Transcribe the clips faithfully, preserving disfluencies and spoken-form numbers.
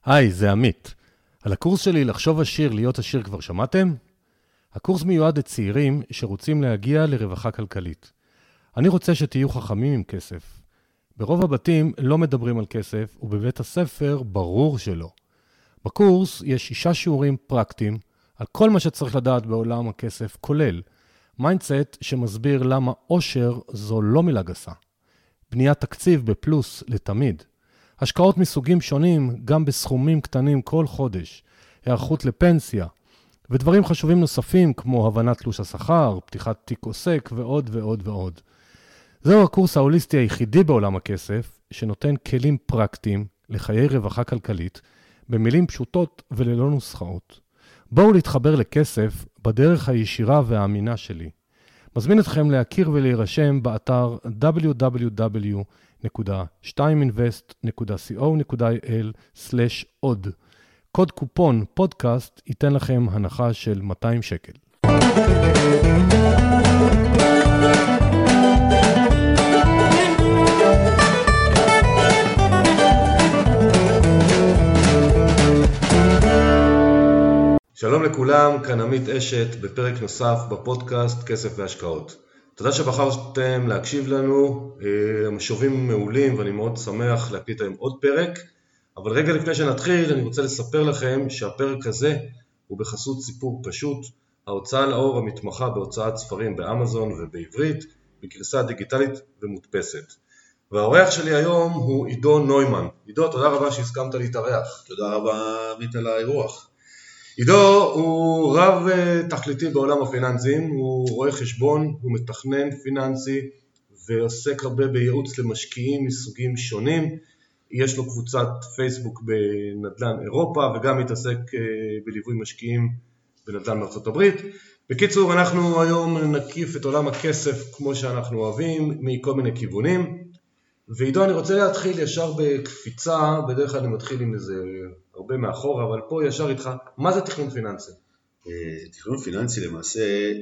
היי, זה עמית. על הקורס שלי לחשוב עשיר, להיות עשיר כבר שמעתם? הקורס מיועד לצעירים שרוצים להגיע לרווחה כלכלית. אני רוצה שתהיו חכמים עם כסף. ברוב הבתים לא מדברים על כסף, ובבית הספר ברור שלא. בקורס יש שישה שיעורים פרקטיים על כל מה שצריך לדעת בעולם הכסף, כולל מיינדסט שמסביר למה עושר זו לא מילה גסה. בניית תקציב בפלוס לתמיד. השקעות מסוגים שונים גם בסכומים קטנים כל חודש. היערכות לפנסיה. ודברים חשובים נוספים כמו הבנת תלוש השכר, פתיחת תיק עוסק ועוד ועוד ועוד. זהו הקורס ההוליסטי היחידי בעולם הכסף שנותן כלים פרקטיים לחיי רווחה כלכלית במילים פשוטות וללא נוסחאות. בואו להתחבר לכסף בדרך הישירה והאמינה שלי. מזמין אתכם להכיר ולהירשם באתר דאבליו דאבליו דאבליו נקודה שתיים אינבסט נקודה סי או נקודה איי אל סלש עוד. קוד קופון פודקאסט ייתן לכם הנחה של מאתיים שקל. שלום לכולם, כאן עמית אשת בפרק נוסף בפודקאסט כסף והשקעות. תודה שבחרתם להקשיב לנו, המשובים מעולים ואני מאוד שמח להקליט היום עוד פרק. אבל רגע לפני שנתחיל אני רוצה לספר לכם שהפרק הזה הוא בחסות סיפור פשוט, ההוצאה לאור המתמחה בהוצאת ספרים באמזון ובעברית, בגרסה דיגיטלית ומודפסת. והאורח שלי היום הוא עידו נוימן. עידו, תודה רבה שהסכמת להתארח. תודה רבה עמית על האירוח. עידו הוא רב תכליתי בעולם הפיננסים, הוא רואה חשבון, הוא מתכנן פיננסי ועוסק הרבה בייעוץ למשקיעים מסוגים שונים. יש לו קבוצת פייסבוק בנדל"ן אירופה וגם מתעסק בליווי משקיעים בנדל"ן בארצות הברית. בקיצור, אנחנו היום נקיף את עולם הכסף כמו שאנחנו אוהבים מכל מיני כיוונים. ועידו, אני רוצה להתחיל ישר בקפיצה, בדרך כלל אני מתחיל עם איזה הרבה מאחורה, אבל פה ישר איתך, מה זה תכנון פיננסי? תכנון פיננסי למעשה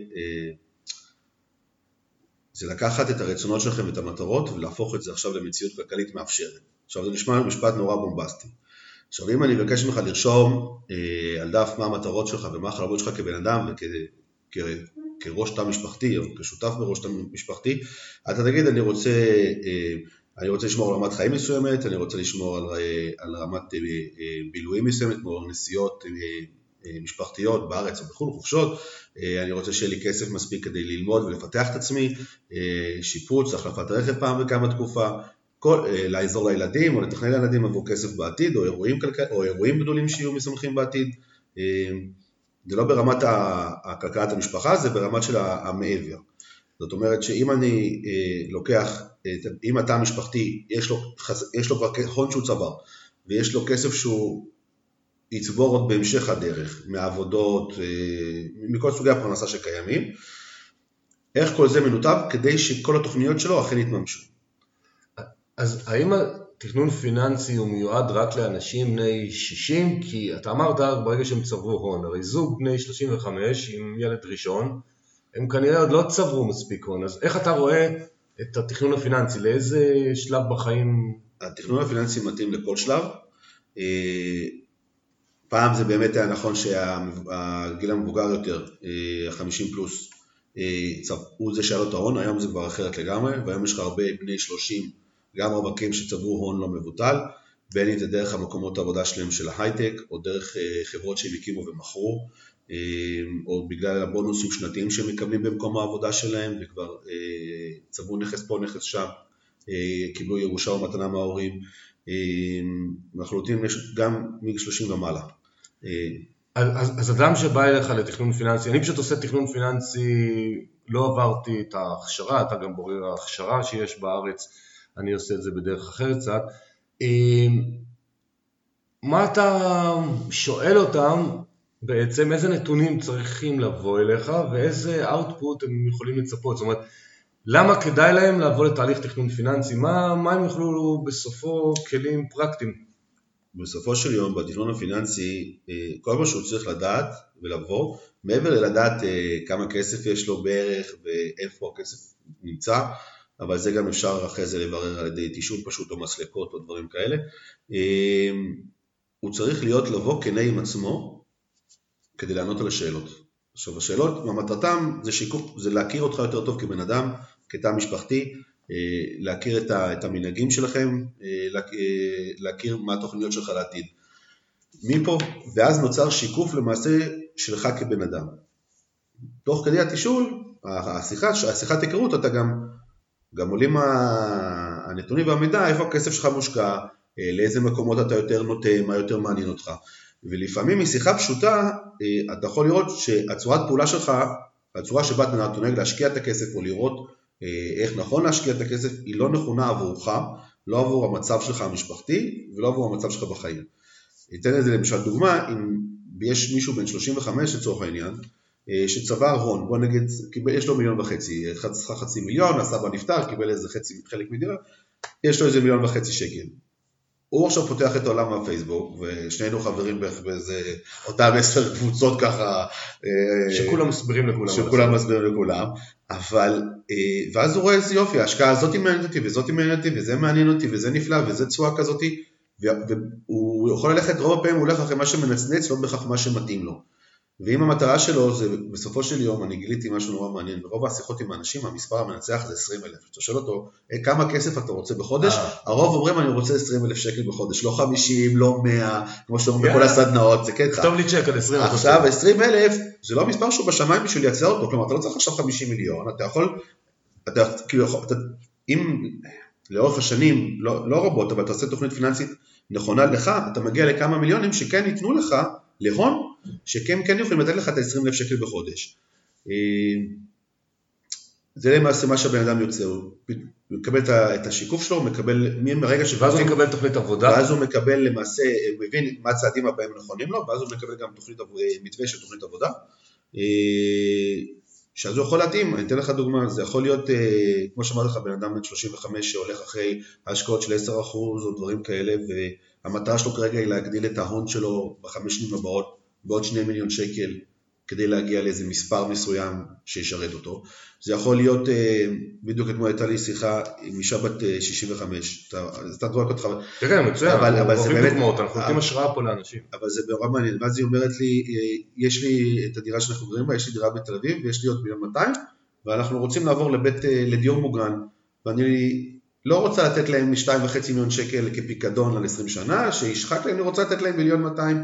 זה לקחת את הרצונות שלכם ואת המטרות ולהפוך את זה עכשיו למציאות כלכלית מאפשרת. עכשיו זה נשמע משפט נורא בומבסטי. עכשיו אם אני מבקש ממך לרשום על דף מה המטרות שלך ומה החלומות שלך כבן אדם וכראש תא משפחתי או כשותף בראש תא משפחתי, אתה תגיד אני רוצה... אני רוצה לשמור על רמת חיים מסוימת, אני רוצה לשמור על, על רמת בילויים מסוימת, כמו נסיעות משפחתיות בארץ או בחו"ל, חופשות, אני רוצה שיהיה לי כסף מספיק כדי ללמוד ולפתח את עצמי, שיפוץ, החלפת רכב פעם וכמה תקופה, כל, לעזור לילדים או לתכנן לילדים עבור כסף בעתיד, או אירועים, או אירועים גדולים שיהיו משמחים בעתיד. זה לא ברמת הכלכלת המשפחה, זה ברמת של המעבר. זאת אומרת שאם אני אה, לוקח, אם התא המשפחתי, יש לו, יש לו כבר הון שהוא צבר, ויש לו כסף שהוא יצבור עוד בהמשך הדרך, מהעבודות, אה, מכל סוגי הפרנסה שקיימים, איך כל זה מנותב כדי שכל התוכניות שלו אכן יתממשו. אז האם התכנון פיננסי הוא מיועד רק לאנשים בני שישים? כי אתה אמרת ברגע שהם צברו הון, הרי זוג בני שלושים וחמש עם ילד ראשון, הם כנראה עוד לא צברו מספיק הון, אז איך אתה רואה את התכנון הפיננסי? לאיזה שלב בחיים? התכנון הפיננסי מתאים לכל שלב. פעם זה באמת היה נכון שהגיל המבוגר יותר, ה-חמישים פלוס, הוא זה שהיה לו את ההון, היום זה כבר אחרת לגמרי, והיום יש לך הרבה בני שלושים, גם רווקים שצברו הון לא מבוטל, בין אם זה דרך המקומות העבודה שלהם של ההייטק, או דרך חברות שהם הקימו ומכרו, או בגלל הבונוסים שנתיים שהם מקבלים במקום העבודה שלהם, וכבר צברו נכס פה, נכס שם, קיבלו ירושה או מתנה מההורים, אנחנו נותנים גם מ-שלושים ומעלה. אז, אז אדם שבא אליך לתכנון פיננסי, אני פשוט עושה תכנון פיננסי, לא עברתי את ההכשרה, אתה גם בורר ההכשרה שיש בארץ, אני עושה את זה בדרך אחרת קצת. מה אתה שואל אותם, בעצם איזה נתונים צריכים לבוא אליך ואיזה output הם יכולים לצפות? זאת אומרת, למה כדאי להם לעבור לתהליך תכנון פיננסי? מה, מה הם יוכלו בסופו כלים פרקטיים? בסופו של יום, בתכנון הפיננסי, כל מה שהוא צריך לדעת ולבוא, מעבר ללדעת כמה כסף יש לו בערך ואיפה הכסף נמצא, אבל זה גם אפשר אחרי זה לברר על ידי תישול פשוט או מסלקות או דברים כאלה. הוא צריך להיות לבוא כנה עם עצמו, כדי לענות על השאלות. עכשיו השאלות, מטרתם זה שיקוף, זה להכיר אותך יותר טוב כבן אדם, כתא משפחתי, להכיר את, ה, את המנהגים שלכם, להכיר מה התוכניות שלך לעתיד. מפה, ואז נוצר שיקוף למעשה שלך כבן אדם. תוך כדי התישול, השיחה, השיחת היכרות, אתה גם, גם עולים הנתונים והמידע, איפה הכסף שלך מושקע, לאיזה מקומות אתה יותר נוטה, מה יותר מעניין אותך. ולפעמים משיחה פשוטה, אתה יכול לראות שהצורת פעולה שלך, הצורה שבה אתה נוהג להשקיע את הכסף, או לראות איך נכון להשקיע את הכסף, היא לא נכונה עבורך, לא עבור המצב שלך המשפחתי, ולא עבור המצב שלך בחיים. אתן לזה למשל דוגמה, אם יש מישהו בן שלושים וחמש לצורך העניין, שצבר הון, בוא נגיד, יש לו מיליון וחצי, חצי, חצי מיליון, הסבא נפטר, קיבל איזה חצי, חלק מדירה, יש לו איזה מיליון וחצי שקל. הוא עכשיו פותח את העולם מהפייסבוק, ושנינו חברים בערך באיזה, אותם עשר קבוצות ככה, שכולם מסבירים לכולם. שכולם מסבירים לכולם, אבל, ואז הוא רואה איזה יופי, ההשקעה הזאת מעניינת אותי, וזאת מעניינת אותי, וזה מעניין אותי, וזה נפלא, וזה צועה כזאת, והוא יכול ללכת, רוב הפעמים הוא הולך אחרי מה שמנצנץ, לא בכך מה שמתאים לו. ואם המטרה שלו זה, בסופו של יום, אני גיליתי משהו נורא מעניין, ברוב השיחות עם האנשים, המספר המנצח זה עשרים אלף. אתה שואל אותו, כמה כסף אתה רוצה בחודש? הרוב אומרים, אני רוצה עשרים אלף שקל בחודש, לא חמישים, לא מאה, כמו שאומרים בכל הסדנאות, זה קטע. כתוב לי צ'ק על עשרים אלף. עכשיו, עשרים אלף, זה לא מספר שהוא בשמיים בשביל לייצר אותו, כלומר, אתה לא צריך עכשיו חמישים מיליון, אתה יכול, אתה, כאילו, אתה, אם לאורך השנים, לא, לא רבות, אבל אתה עושה תוכנית פיננסית נכונה לך, אתה מגיע לכמה מיליונים שכן ייתנו לך להון, שכן כן יכולים לתת לך את ה-עשרים אלף שקל בחודש. זה למעשה מה שהבן אדם יוצא, הוא מקבל את השיקוף שלו, הוא מקבל מרגע ש... ואז הוא מקבל תוכנית עבודה. ואז הוא מקבל למעשה, הוא מבין מה הצעדים הבאים נכונים לו, ואז הוא מקבל גם תוכנית, מתווה של תוכנית עבודה, שאז הוא יכול להתאים. אני אתן לך דוגמה, זה יכול להיות, כמו שאמרתי לך, בן אדם בן שלושים וחמש שהולך אחרי השקעות של עשרה אחוז או דברים כאלה, והמטרה שלו כרגע היא להגדיל את ההון שלו בחמש שנים הבאות, בעוד שני מיליון שקל, כדי להגיע לאיזה מספר מסוים שישרת אותו. זה יכול להיות, בדיוק אתמול הייתה לי שיחה עם אישה בת שישים וחמש, אתה תראה אותך. תראה, מצוין, אנחנו אוהבים דוגמאות, אנחנו נותנים השראה פה לאנשים. אבל זה ברמה מעניין, ואז היא אומרת לי, יש לי את הדירה שאנחנו גרים בה, יש לי דירה בתל אביב, ויש לי עוד מיליון מאתיים, ואנחנו רוצים לעבור לבית, לדיור מוגן, ואני לא רוצה לתת להם שתיים וחצי מיליון שקל כפיקדון על עשרים שנה, שישחק להם, אני רוצה לתת להם מיליון מאתיים,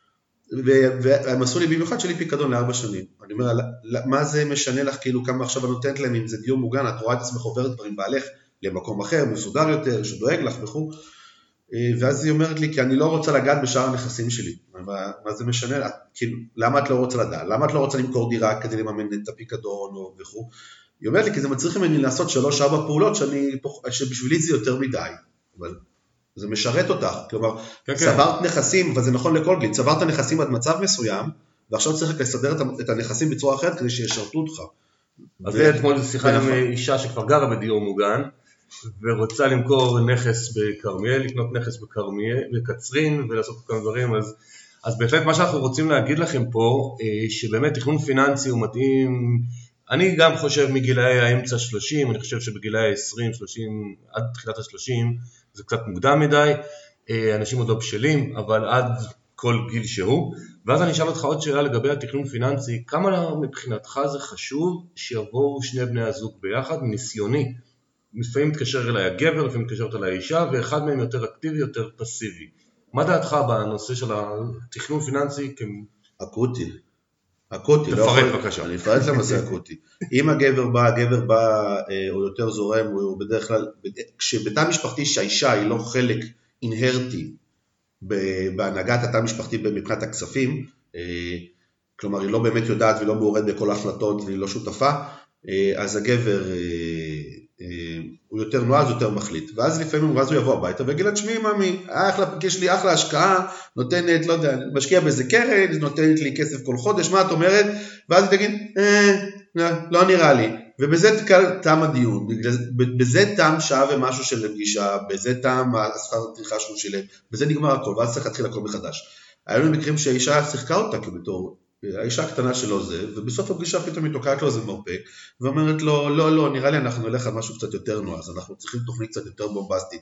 והם עשו לי במיוחד שלי פיקדון לארבע שנים. אני אומר, מה זה משנה לך, כאילו כמה עכשיו אני נותנת להם, אם זה דיור מוגן, את רואה את עצמך עוברת דברים בעלך למקום אחר, מסודר יותר, שדואג לך וכו'. ואז היא אומרת לי, כי אני לא רוצה לגעת בשאר הנכסים שלי. מה, מה זה משנה? כאילו, למה את לא רוצה לדעת? למה את לא רוצה למכור דירה כדי לממן את הפיקדון וכו'? היא אומרת לי, כי זה מצריך ממני לעשות שלוש ארבע פעולות שאני, שבשבילי זה יותר מדי. אבל זה משרת אותך, כלומר, כן, צברת כן. נכסים, אבל זה נכון לכל גיל, צברת נכסים עד מצב מסוים, ועכשיו צריך לסדר את הנכסים בצורה אחרת כדי שישרתו אותך. אז זה אתמול שיחה עם אישה שכבר גרה בדיור מוגן, ורוצה למכור נכס בקרמיאל, לקנות נכס בקרמיאל, בקצרין, ולעשות כמה דברים, אז, אז בהחלט מה שאנחנו רוצים להגיד לכם פה, שבאמת תכנון פיננסי הוא מתאים, אני גם חושב מגילאי האמצע שלושים, אני חושב שבגילאי עשרים שלושים, עד תחילת ה-שלושים, זה קצת מוקדם מדי, אנשים עוד לא בשלים, אבל עד כל גיל שהוא. ואז אני אשאל אותך עוד שאלה לגבי התכנון פיננסי, כמה מבחינתך זה חשוב שיבואו שני בני הזוג ביחד, מניסיוני? לפעמים מתקשר אליי הגבר, לפעמים מתקשרת אליי האישה, ואחד מהם יותר אקטיבי, יותר פסיבי. מה דעתך בנושא של התכנון פיננסי? אקוטי. אקוטי. תפרט בבקשה. אני אפרט למעשה אקוטי. אם הגבר בא, הגבר בא, הוא יותר זורם, הוא בדרך כלל, כשבתא משפחתי שהאישה היא לא חלק אינהרטי בהנהגת התא משפחתי מבחינת הכספים, כלומר היא לא באמת יודעת והיא לא מעורד בכל ההחלטות והיא לא שותפה, אז הגבר הוא יותר נועז, יותר מחליט, ואז לפעמים אז הוא יבוא הביתה ויגיד לה, תשמעי ממי, יש לי אחלה השקעה, נותנת, לא יודע, משקיע באיזה קרן, נותנת לי כסף כל חודש, מה את אומרת? ואז היא תגיד, אה, לא נראה לי, ובזה תם הדיון, בזה תם שעה ומשהו של פגישה, בזה תם השכר הטרחה שהוא שילם, בזה נגמר הכל, ואז צריך להתחיל הכל מחדש. היו לנו מקרים שהאישה שיחקה אותה כבתור, האישה הקטנה שלו זה, ובסוף הפגישה פתאום היא תוקעת לו איזה מרפק, ואומרת לו, לא, לא, נראה לי אנחנו נלך על משהו קצת יותר נועז, אנחנו צריכים תוכנית קצת יותר בומבסטית.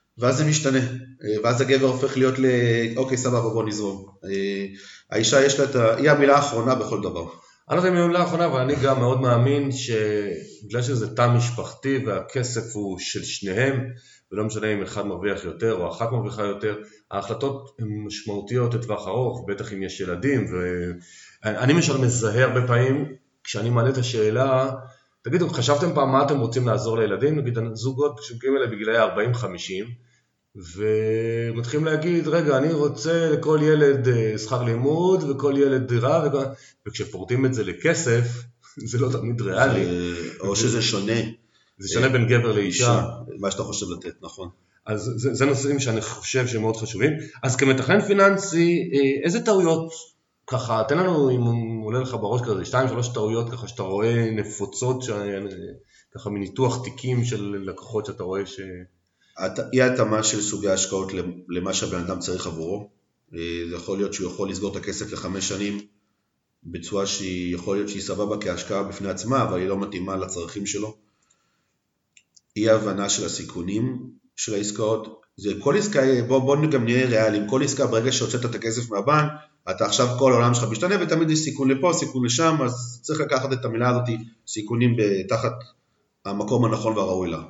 ואז זה משתנה, ואז הגבר הופך להיות ל... אוקיי, סבבה, בוא נזרום. האישה יש לה את ה... היא המילה האחרונה בכל דבר. אני לא יודע אם היא המילה האחרונה, אבל אני גם מאוד מאמין שבגלל שזה תא משפחתי והכסף הוא של שניהם, ולא משנה אם אחד מרוויח יותר או אחת מרוויחה יותר, ההחלטות הן משמעותיות לטווח ארוך, בטח אם יש ילדים, ואני למשל מזהה הרבה פעמים, כשאני מעלה את השאלה, תגידו, חשבתם פעם מה אתם רוצים לעזור לילדים? נגיד, זוגות שמגיעים אלה בגילאי ארבעים חמישים, ומתחילים להגיד, רגע, אני רוצה לכל ילד שכר לימוד, וכל ילד דירה, וכל... וכשפורטים את זה לכסף, זה לא תמיד ריאלי. או שזה שונה. זה שונה בין גבר לאישה. מה שאתה חושב לתת, נכון. אז זה, זה נושאים שאני חושב שהם מאוד חשובים. אז כמתכנן פיננסי, איזה טעויות, ככה, תן לנו, אם עולה לך בראש כזה, שתיים, שלוש טעויות, ככה שאתה רואה נפוצות, ככה מניתוח תיקים של לקוחות שאתה רואה ש... אי התאמה של סוגי ההשקעות למה שהבן אדם צריך עבורו. זה יכול להיות שהוא יכול לסגור את הכסף לחמש שנים, בצורה שהיא יכול להיות שהיא סבבה כהשקעה בפני עצמה, אבל היא לא מתאימה לצרכים שלו. אי הבנה של הסיכונים של העסקאות. זה כל עסקה, בוא, בוא גם נהיה ריאליים, כל עסקה ברגע שהוצאת את הכסף מהבנק, אתה עכשיו כל העולם שלך משתנה, ותמיד יש סיכון לפה, סיכון לשם, אז צריך לקחת את המילה הזאת, סיכונים תחת המקום הנכון והראוי לה.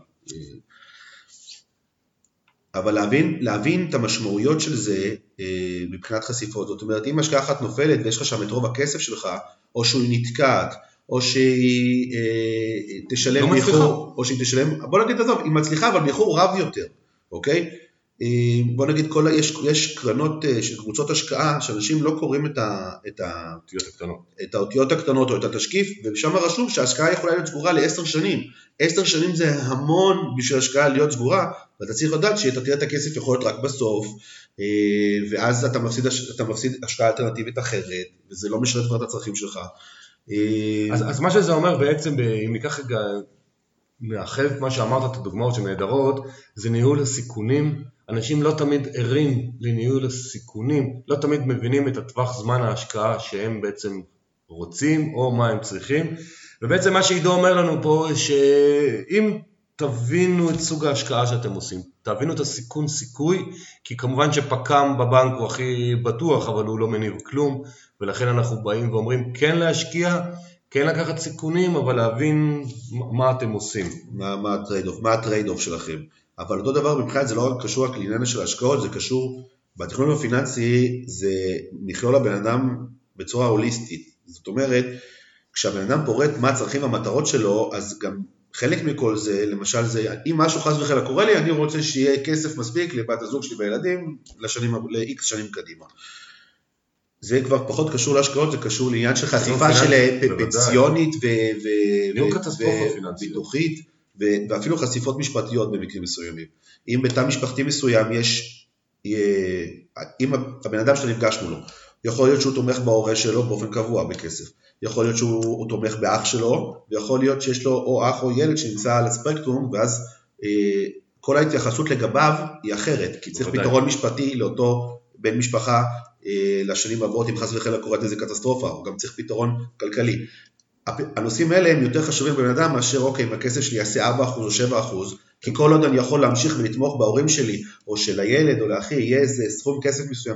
אבל להבין, להבין את המשמעויות של זה מבחינת חשיפות, זאת אומרת, אם השקעה אחת נופלת ויש לך שם את רוב הכסף שלך, או שהוא נתקעת, או שהיא תשלם באיחור, או שהיא תשלם, בוא נגיד עזוב, היא מצליחה, אבל באיחור רב יותר, אוקיי? בוא נגיד, כל, יש, יש קרנות של קבוצות השקעה, שאנשים לא קוראים את, ה, את, ה, את האותיות הקטנות או את התשקיף, ושם רשום שההשקעה יכולה להיות סגורה לעשר שנים. עשר שנים זה המון בשביל השקעה להיות סגורה, ואתה צריך לדעת שאתה תראה את הכסף יכול להיות רק בסוף, ואז אתה מפסיד, אתה מפסיד השקעה אלטרנטיבית אחרת, וזה לא משרת כבר את הצרכים שלך. אז, אז מה שזה אומר בעצם, אם ניקח רגע, מאחד מה שאמרת, את הדוגמאות שנהדרות, זה ניהול הסיכונים. אנשים לא תמיד ערים לניהול הסיכונים, לא תמיד מבינים את הטווח זמן ההשקעה שהם בעצם רוצים, או מה הם צריכים. ובעצם מה שעידו אומר לנו פה, שאם תבינו את סוג ההשקעה שאתם עושים, תבינו את הסיכון סיכוי, כי כמובן שפקם בבנק הוא הכי בטוח, אבל הוא לא מניב כלום, ולכן אנחנו באים ואומרים כן להשקיע, כן לקחת סיכונים, אבל להבין מה אתם עושים. מה, מה הטרייד-אוף, מה הטרייד-אוף שלכם. אבל אותו דבר מבחינת זה לא קשור רק לעניין של ההשקעות, זה קשור, בתכנון הפיננסי זה מכלול הבן אדם בצורה הוליסטית. זאת אומרת, כשהבן אדם פורט מה הצרכים והמטרות שלו, אז גם חלק מכל זה, למשל זה, אם משהו חס וחלילה קורה לי, אני רוצה שיהיה כסף מספיק לבת הזוג שלי וילדים, לשנים, ל-X שנים קדימה. זה כבר פחות קשור להשקעות, זה קשור לעניין של חשיפה של פנסיונית וביטוחית, ואפילו חשיפות משפטיות במקרים מסוימים. אם בתא משפחתי מסוים יש, אם הבן אדם שאתה נפגש מולו, יכול להיות שהוא תומך בהורה שלו באופן קבוע בכסף, יכול להיות שהוא תומך באח שלו, ויכול להיות שיש לו או אח או ילד שנמצא על הספקטרום, ואז כל ההתייחסות לגביו היא אחרת, כי צריך פתרון משפטי לאותו בן משפחה לשנים הבאות, אם חס וחלילה קורית איזה קטסטרופה, או גם צריך פתרון כלכלי. הנושאים האלה הם יותר חשובים בבן אדם, מאשר אוקיי, אם הכסף שלי יעשה ארבעה אחוז או שבעה אחוז, כי כל עוד אני יכול להמשיך ולתמוך בהורים שלי, או של הילד או לאחי, יהיה איזה סכום כסף מסוים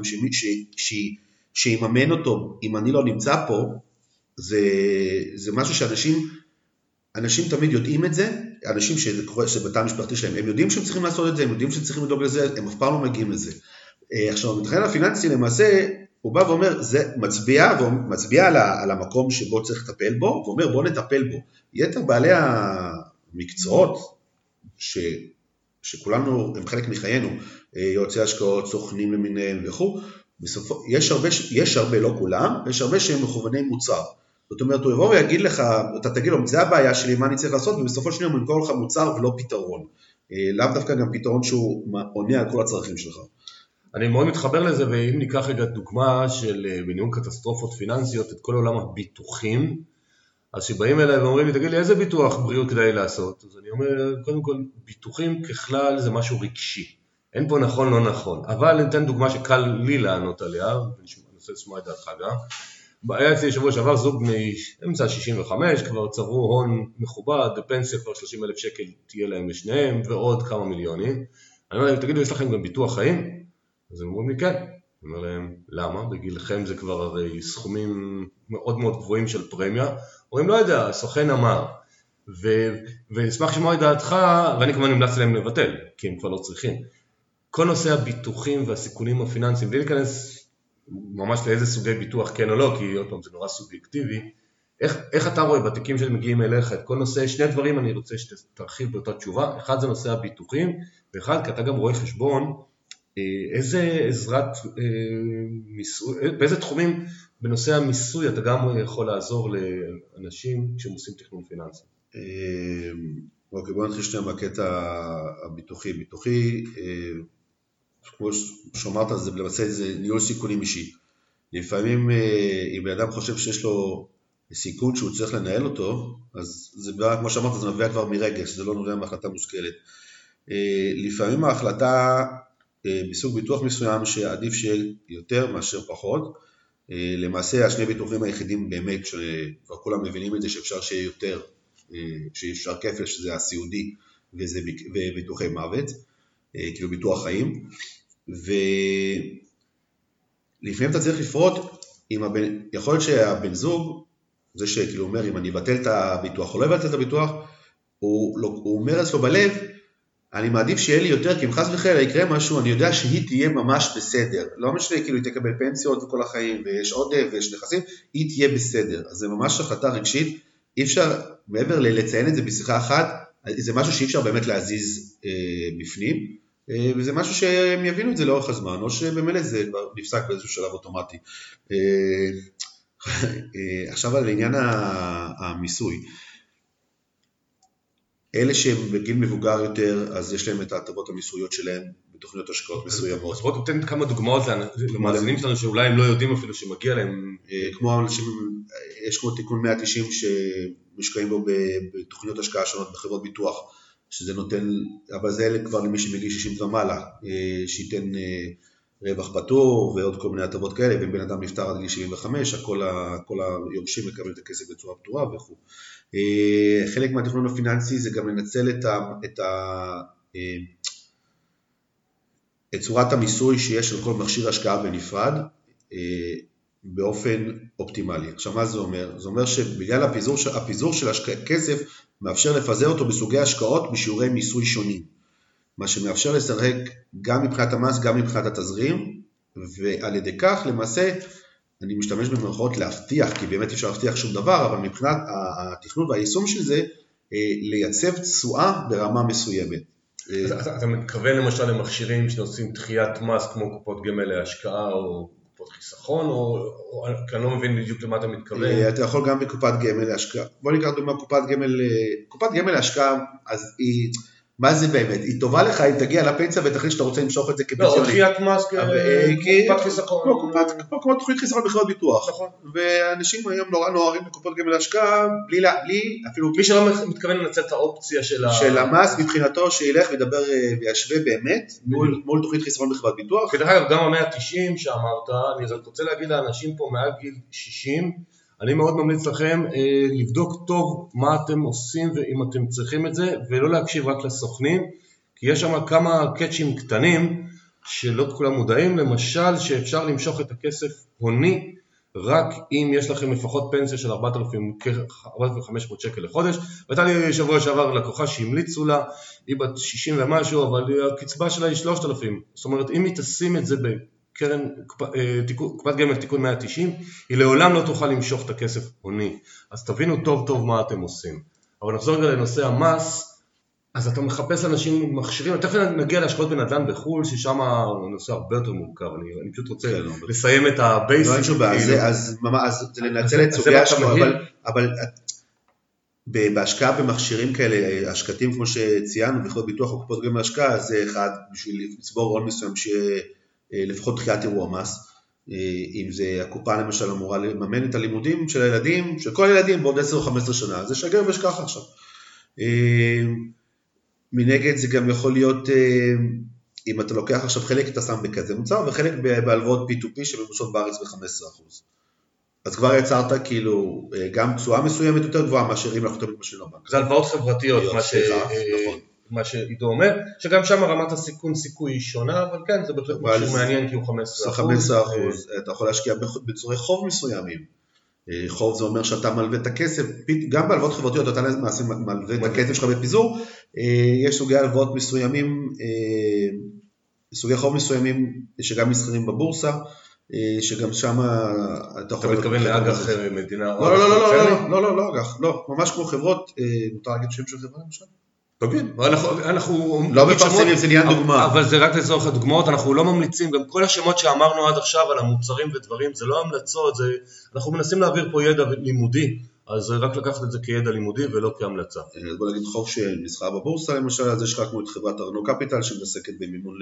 שיממן אותו, אם אני לא נמצא פה, זה, זה משהו שאנשים, אנשים תמיד יודעים את זה, אנשים שזה קורה, שבתא המשפחתי שלהם, הם יודעים שהם צריכים לעשות את זה, הם יודעים שהם צריכים לדאוג לזה, הם אף פעם לא מגיעים לזה. עכשיו, המתכנן הפיננסי למעשה, הוא בא ואומר, זה מצביע, ומצביע על, על המקום שבו צריך לטפל בו, ואומר בוא נטפל בו. יתר בעלי המקצועות, ש, שכולנו, הם חלק מחיינו, יועצי השקעות, סוכנים למיניהם וכו', בסופו, יש הרבה, יש הרבה, לא כולם, יש הרבה שהם מכווני מוצר. זאת אומרת, הוא יבוא ויגיד לך, אתה תגיד לו, זה הבעיה שלי, מה אני צריך לעשות, ובסופו של דבר הוא ימכור לך מוצר ולא פתרון. לאו דווקא גם פתרון שהוא עונה על כל הצרכים שלך. אני מאוד מתחבר לזה, ואם ניקח רגע דוגמה של בניהול קטסטרופות פיננסיות, את כל עולם הביטוחים, אז שבאים אליי ואומרים לי, תגיד לי, איזה ביטוח בריאות כדאי לעשות? אז אני אומר, קודם כל, ביטוחים ככלל זה משהו רגשי. אין פה נכון, לא נכון. אבל ניתן דוגמה שקל לי לענות עליה, ואני רוצה לשמוע את דעתך גם. היה אצלי שבוע שעבר זוג מאמצע שישים וחמש, כבר צברו הון מכובד, בפנסיה כבר שלושים אלף שקל תהיה להם לשניהם, ועוד כמה מיליונים. אני אומר להם, תגידו, יש לכם גם ביטוח חיים? אז הם אומרים לי, כן. אני אומר להם, למה? בגילכם זה כבר הרי סכומים מאוד מאוד גבוהים של פרמיה. אומרים, לא יודע, הסוכן אמר. ונשמח לשמוע את דעתך, ואני כמובן נמלץ להם לבטל, כי הם כבר לא צריכים. כל נושא הביטוחים והסיכונים הפיננסיים, בלי להיכנס ממש לאיזה סוגי ביטוח כן או לא, כי עוד פעם זה נורא סובייקטיבי, איך, איך אתה רואה בתיקים שמגיעים אליך את כל נושא, שני דברים אני רוצה שתרחיב באותה תשובה, אחד זה נושא הביטוחים, ואחד כי אתה גם רואה חשבון, איזה עזרת מיסוי, באיזה תחומים בנושא המיסוי אתה גם יכול לעזור לאנשים כשהם עושים תכנון פיננסי. אוקיי, בואו נתחיל שנייה מהקטע הביטוחי. ביטוחי, כמו שאמרת, זה למעשה זה ניהול סיכונים אישי. לפעמים אם בן אדם חושב שיש לו סיכון שהוא צריך לנהל אותו, אז זה כמו שאמרת, זה נובע כבר מרגש, זה לא נובע מהחלטה מושכלת. לפעמים ההחלטה בסוג ביטוח מסוים שעדיף שיהיה יותר מאשר פחות, למעשה השני ביטוחים היחידים באמת שכבר כולם מבינים את זה שאפשר שיהיה יותר, שאפשר כפל שזה הסיעודי וזה ביטוחי מוות, כאילו ביטוח חיים, ולפעמים אתה צריך לפרוט, הבן, יכול להיות שהבן זוג, זה שכאילו אומר אם אני אבטל את הביטוח או לא אבטל את הביטוח, הוא, הוא אומר אצלו בלב, אני מעדיף שיהיה לי יותר, כי אם חס וחלילה יקרה משהו, אני יודע שהיא תהיה ממש בסדר. לא משנה, כאילו היא תקבל פנסיות וכל החיים, ויש עודף ויש נכסים, היא תהיה בסדר. אז זה ממש החלטה רגשית, אי אפשר, מעבר לציין את זה בשיחה אחת, זה משהו שאי אפשר באמת להזיז אה, בפנים, אה, וזה משהו שהם יבינו את זה לאורך הזמן, או שבמילא זה כבר נפסק באיזשהו שלב אוטומטי. אה, אה, עכשיו על עניין המיסוי, אלה שהם בגיל מבוגר יותר, אז יש להם את ההטבות המיסויות שלהם בתוכניות השקעות מסוימות. אז בואו תתן כמה דוגמאות למאזינים שלנו שאולי הם לא יודעים אפילו שמגיע להם. כמו אנשים, יש כמו תיקון מאה תשעים שמשקעים בו בתוכניות השקעה שונות בחברות ביטוח, שזה נותן, אבל זה אלה כבר למי שמגיל שישים ומעלה, שייתן רווח פטור ועוד כל מיני הטבות כאלה, ואם בן אדם נפטר עד גיל שבעים וחמש, כל היורשים מקבל את הכסף בצורה פטורה וכו'. חלק מהתכנון הפיננסי זה גם לנצל את, ה, את, ה, את צורת המיסוי שיש על כל מכשיר השקעה בנפרד באופן אופטימלי. עכשיו מה זה אומר? זה אומר שבגלל הפיזור, הפיזור של הכסף מאפשר לפזר אותו בסוגי השקעות בשיעורי מיסוי שונים, מה שמאפשר לשחק גם מבחינת המס גם מבחינת התזרים, ועל ידי כך למעשה אני משתמש במרכאות להבטיח, כי באמת אפשר להבטיח שום דבר, אבל מבחינת התכנון והיישום של זה, לייצב תשואה ברמה מסוימת. אתה מתכוון למשל למכשירים שעושים דחיית מס, כמו קופות גמל להשקעה או קופות חיסכון, או כי אני לא מבין בדיוק למה אתה מתכוון. אתה יכול גם בקופת גמל להשקעה. בוא ניקח דוגמה, קופת גמל, קופת גמל להשקעה, אז היא... מה זה באמת? היא טובה לך, היא תגיע לפנסיה ותחליט שאתה רוצה למשוך את זה כפנסיוני. לא, דחיית מס כקופת חיסכון. כמו קופת חיסכון בחברת ביטוח. נכון. ואנשים היום נורא נוערים בקופות גמל להשקעה, בלי אפילו... מי שלא מתכוון לנצל את האופציה של ה... של המס מבחינתו, שילך וידבר וישווה באמת, מול תוכנית חיסכון בחברת ביטוח. כדרך אגב, גם ה-מאה תשעים שאמרת, אני רוצה להגיד לאנשים פה מעל גיל שישים, אני מאוד ממליץ לכם אה, לבדוק טוב מה אתם עושים ואם אתם צריכים את זה, ולא להקשיב רק לסוכנים, כי יש שם כמה קאצ'ים קטנים שלא כולם מודעים, למשל שאפשר למשוך את הכסף הוני, רק אם יש לכם לפחות פנסיה של ארבעת אלפים וחמש מאות שקל לחודש, והייתה לי שבוע שעבר לקוחה שהמליצו לה, היא בת שישים ומשהו, אבל הקצבה שלה היא שלושת אלפים, זאת אומרת אם היא תשים את זה ב... קרן, קופת גמל תיקון מאה תשעים, היא לעולם לא תוכל למשוך את הכסף הוני. אז תבינו טוב טוב מה אתם עושים. אבל נחזור רגע לנושא המס, אז אתה מחפש אנשים מכשירים, תכף נגיע להשקעות בנדל"ן בחו"ל, ששם הנושא הרבה יותר מורכב, אני, אני פשוט רוצה כן, לסיים את הבייסיק. לא אין שום בעיה, כאילו. אז, אז זה לנצל את סוגי השקעות, אבל, אבל בהשקעה במכשירים כאלה, השקעתים כמו שציינו, בחברות ביטוח או קופות גמל השקעה, זה אחד בשביל לצבור הון מסוים שיהיה לפחות דחיית אירוע מס, אם זה הקופה למשל אמורה לממן את הלימודים של הילדים, של כל הילדים בעוד עשר או חמש עשרה שנה, זה שגר ושכח עכשיו. מנגד זה גם יכול להיות, אם אתה לוקח עכשיו חלק אתה שם בכזה מוצר, וחלק בהלוואות פי טו פי שממושות בארץ ב-חמישה עשר אחוז. אז כבר יצרת כאילו גם תשואה מסוימת יותר גבוהה מאשר אם אנחנו תמיד משלים לבנק. זה הלוואות חברתיות, מה ש... נכון. מה שעידו אומר, שגם שם רמת הסיכון סיכוי היא שונה, אבל כן, זה בהחלט משהו מעניין, כי הוא חמש עשרה אחוז. חמש עשרה אחוז, אתה יכול להשקיע בצורי חוב מסוימים. חוב זה אומר שאתה מלווה את הכסף, גם בהלוואות חברתיות, אתה למעשה מלווה את הכסף שלך בפיזור, יש סוגי הלוואות מסוימים, סוגי חוב מסוימים שגם מסחרים בבורסה, שגם שם אתה יכול... אתה מתכוון לאג"ח מדינה? לא, לא, לא, לא, לא, לא, לא, אג"ח, לא, ממש כמו חברות, מותר להגיד שם של חברה למשל? תגיד, אנחנו... לא מפרסמים, זה נהיה דוגמה. אבל זה רק לצורך הדוגמאות, אנחנו לא ממליצים, גם כל השמות שאמרנו עד עכשיו על המוצרים ודברים, זה לא המלצות, אנחנו מנסים להעביר פה ידע לימודי, אז רק לקחת את זה כידע לימודי ולא כהמלצה. אז בוא נגיד חוב שנסחר בבורסה למשל, אז יש רק כמו את חברת ארנו קפיטל שמתעסקת במימון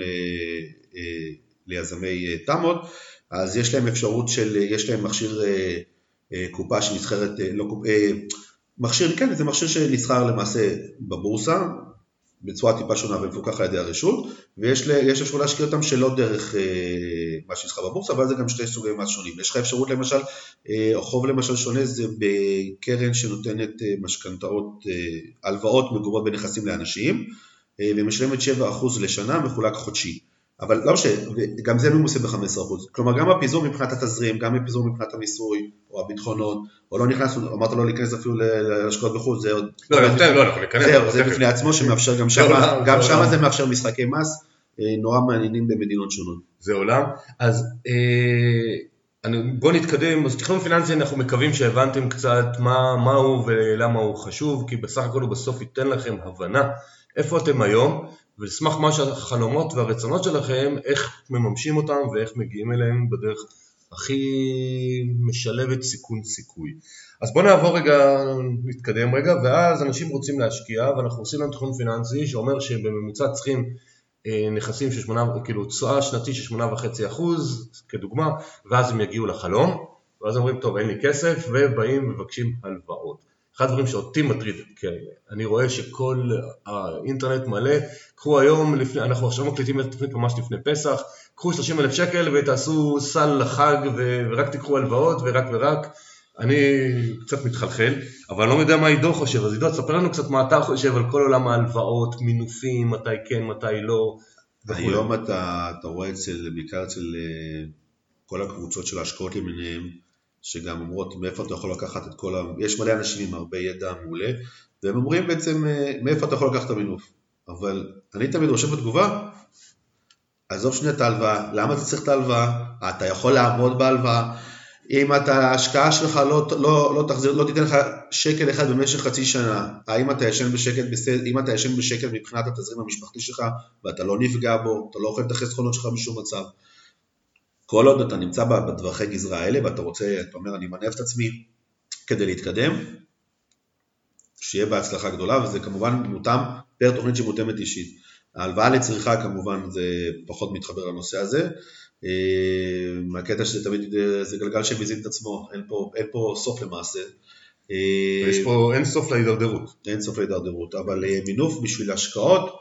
ליזמי תמוד, אז יש להם אפשרות של, יש להם מכשיר קופה שנסחרת, מכשיר, כן, זה מכשיר שנסחר למעשה בבורסה, בצורה טיפה שונה ומפוקח על ידי הרשות, ויש אפשרות להשקיע אותם שלא דרך מה שנסחר בבורסה, אבל זה גם שתי סוגי מס שונים. יש לך אפשרות למשל, או חוב למשל שונה, זה בקרן שנותנת משכנתאות, הלוואות מגובות בנכסים לאנשים, ומשלמת שבעה אחוז לשנה, מחולק חודשי. אבל לא משנה, גם זה ממוסה ב-חמישה עשר אחוז. כלומר, גם הפיזור מבחינת התזרים, גם הפיזור מבחינת המיסוי, או הביטחונות, או לא נכנס, אמרת לא להיכנס אפילו להשקעות בחוץ, זה עוד... לא, לא, לא, אנחנו ניכנס. זהו, זה בפני עצמו שמאפשר גם שם, גם שם זה מאפשר משחקי מס, נורא מעניינים במדינות שונות. זה עולם. אז בואו נתקדם, אז תכנון פיננסי אנחנו מקווים שהבנתם קצת מה הוא ולמה הוא חשוב, כי בסך הכל הוא בסוף ייתן לכם הבנה איפה אתם היום, ולסמך מה שהחלומות והרצונות שלכם, איך מממשים אותם ואיך מגיעים אליהם בדרך הכי משלבת סיכון סיכוי. אז בואו נעבור רגע, נתקדם רגע, ואז אנשים רוצים להשקיע, ואנחנו עושים להם תכנון פיננסי, שאומר שבממוצע צריכים נכסים של שמונה, כאילו תשואה שנתי של שמונה וחצי אחוז, כדוגמה, ואז הם יגיעו לחלום, ואז אומרים, טוב, אין לי כסף, ובאים מבקשים הלוואות. אחד הדברים שאותי מטריד, כי אני רואה שכל האינטרנט מלא, קחו היום, לפני, אנחנו עכשיו מקליטים את התוכנית ממש לפני פסח, קחו שלושים אלף שקל ותעשו סל לחג ורק תקחו הלוואות ורק ורק, אני קצת מתחלחל, אבל לא יודע מה עידו חושב, אז עידו, תספר לנו קצת מה אתה חושב על כל עולם ההלוואות, מינופים, מתי כן, מתי לא. היום אתה, אתה רואה אצל, בעיקר אצל כל הקבוצות של ההשקעות למיניהם, שגם אומרות מאיפה אתה יכול לקחת את כל ה... יש מלא אנשים עם הרבה ידע מעולה, והם אומרים בעצם מאיפה אתה יכול לקחת את המינוף. אבל אני תמיד רושם בתגובה, עזוב שנייה את ההלוואה, למה אתה צריך את ההלוואה? אתה יכול לעמוד בהלוואה, אם אתה, ההשקעה שלך לא, לא, לא תחזיר, לא תיתן לך שקל אחד במשך חצי שנה, האם אתה ישן בשקל, אם אתה ישן בשקל מבחינת התזרים המשפחתי שלך, ואתה לא נפגע בו, אתה לא אוכל את החסכונות שלך בשום מצב, כל עוד אתה נמצא בטווחי גזרה האלה, ואתה רוצה, אתה אומר, אני מנף את עצמי כדי להתקדם, שיהיה בהצלחה גדולה, וזה כמובן מותאם פר תוכנית שמותאמת אישית. ההלוואה לצריכה כמובן זה פחות מתחבר לנושא הזה, מהקטע שזה תמיד, זה גלגל שמזין את עצמו, אין פה, אין פה סוף למעשה. יש פה אין סוף להידרדרות. אין סוף להידרדרות, אבל מינוף בשביל השקעות,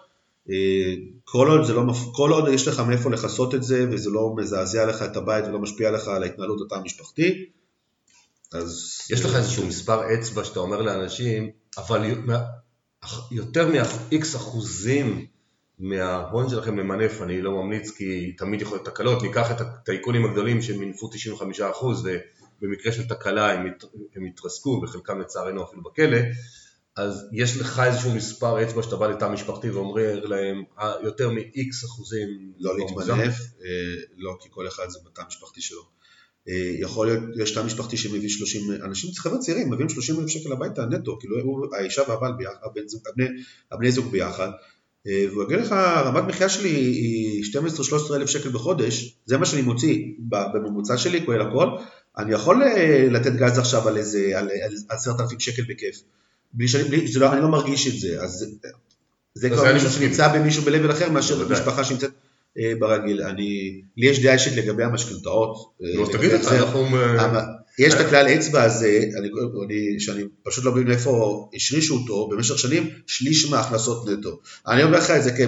כל עוד, זה לא, כל עוד יש לך מאיפה לחסות את זה, וזה לא מזעזע לך את הבית ולא משפיע לך על ההתנהלות התא המשפחתי, אז... יש לך איזשהו מספר אצבע שאתה אומר לאנשים, אבל יותר מ-X אחוזים מההון שלכם למנף, אני לא ממליץ כי תמיד יכול להיות תקלות, ניקח את הטייקונים הגדולים שמנפו תשעים וחמישה אחוז, ובמקרה של תקלה הם, הם התרסקו, וחלקם לצערנו אפילו בכלא, אז יש לך איזשהו מספר אצבע שאתה בא לתא משפחתי ואומר להם יותר מ-X אחוזים לא להתמנף, לא כי כל אחד זה בתא משפחתי שלו. יכול להיות, יש תא משפחתי שמביא שלושים, אנשים חבר'ה צעירים, מביאים שלושים אלף שקל הביתה נטו, כאילו האישה והבעל ביחד, הבני זוג ביחד, והוא יגיד לך, רמת מחיה שלי היא שתים עשרה שלוש עשרה אלף שקל בחודש, זה מה שאני מוציא בממוצע שלי, כולל הכל, אני יכול לתת גז עכשיו על איזה, על עשרת אלפים שקל בכיף, בלי שאני, בלי, זה לא, אני לא מרגיש את זה, אז זה כבר מישהו שנמצא במישהו בלבל אחר, מאשר משפחה שנמצאת ברגיל. אני, לי יש דעה אישית לגבי המשכנתאות. לא, תגיד את זה, אנחנו... יש את הכלל אצבע הזה, שאני פשוט לא מבין איפה השרישו אותו, במשך שנים, שליש מההכנסות נטו. אני אומר לך את זה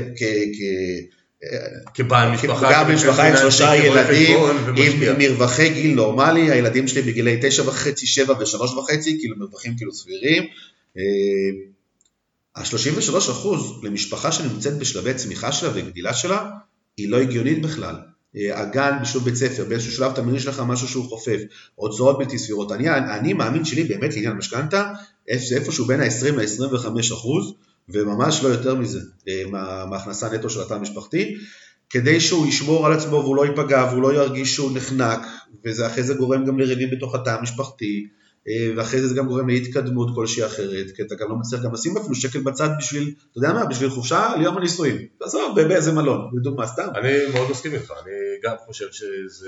כבעל משפחה, עם שלושה ילדים, עם מרווחי גיל נורמלי, הילדים שלי בגילי תשע וחצי, שבע ושלוש וחצי, כאילו מרווחים כאילו סבירים, ה-שלושים ושלושה אחוז למשפחה שנמצאת בשלבי צמיחה שלה וגדילה שלה, היא לא הגיונית בכלל. הגן בשלב בית ספר, באיזשהו שלב אתה מרגיש לך משהו שהוא חופף, הוצאות בלתי סבירות. אני, אני מאמין שלי באמת לעניין משכנתה, זה איפשהו בין ה-עשרים עד עשרים וחמישה אחוז, וממש לא יותר מזה, מה, מההכנסה נטו של התא המשפחתי, כדי שהוא ישמור על עצמו והוא לא ייפגע, והוא לא ירגיש שהוא נחנק, וזה אחרי זה גורם גם לריבים בתוך התא המשפחתי, ואחרי זה זה גם גורם להתקדמות כלשהי אחרת, כי אתה גם לא מצליח גם לשים אפילו שקל בצד בשביל, אתה יודע מה, בשביל חופשה ליום הנישואים, תעזוב, באיזה מלון, בדוגמה סתם. אני מאוד מסכים איתך, אני גם חושב שזה,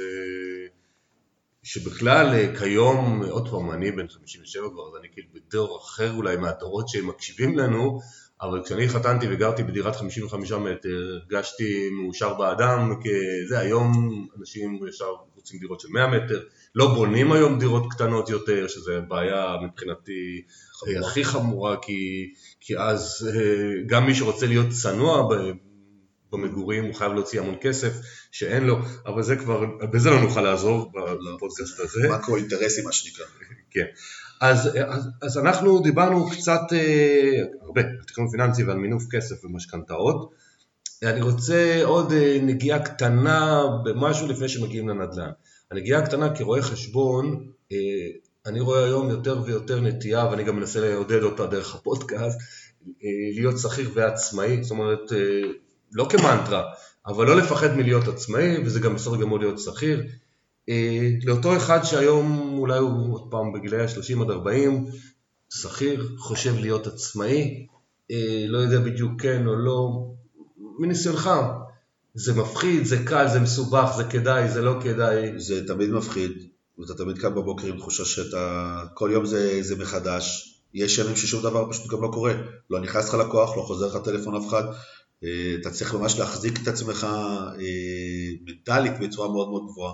שבכלל כיום, עוד פעם, אני בן חמישים ושבע כבר, אז אני כאילו בדור אחר אולי מהדורות שהם מקשיבים לנו, אבל כשאני חתנתי וגרתי בדירת חמישים וחמישה מטר, הרגשתי מאושר באדם, כי זה היום אנשים ישר רוצים דירות של מאה מטר, לא בונים היום דירות קטנות יותר, שזה בעיה מבחינתי חמורה. הכי חמורה, כי, כי אז גם מי שרוצה להיות צנוע במגורים, הוא חייב להוציא המון כסף שאין לו, אבל זה כבר, בזה לא נוכל לעזור בפודקאסט הזה. מקרו אינטרסים מה שנקרא. כן. אז, אז, אז אנחנו דיברנו קצת, אה, הרבה, על תכנון פיננסי ועל מינוף כסף ומשכנתאות. אני רוצה עוד אה, נגיעה קטנה במשהו לפני שמגיעים לנדל"ן. הנגיעה הקטנה כרואה חשבון, אה, אני רואה היום יותר ויותר נטייה, ואני גם מנסה לעודד אותה דרך הפודקאסט, אה, להיות שכיר ועצמאי, זאת אומרת, אה, לא כמנטרה, אבל לא לפחד מלהיות עצמאי, וזה גם בסדר גמור להיות שכיר. לאותו אחד שהיום אולי הוא עוד פעם בגילי ה-שלושים עד ארבעים, שכיר, חושב להיות עצמאי, לא יודע בדיוק כן או לא, מניסיונך, זה מפחיד, זה קל, זה מסובך, זה כדאי, זה לא כדאי. זה תמיד מפחיד, ואתה תמיד קם בבוקר עם תחושה שאתה, כל יום זה, זה מחדש, יש ימים ששום דבר פשוט גם לא קורה, לא נכנס לך לקוח, לא חוזר לך טלפון אף אחד, אתה צריך ממש להחזיק את עצמך מנטלית בצורה מאוד מאוד גבוהה.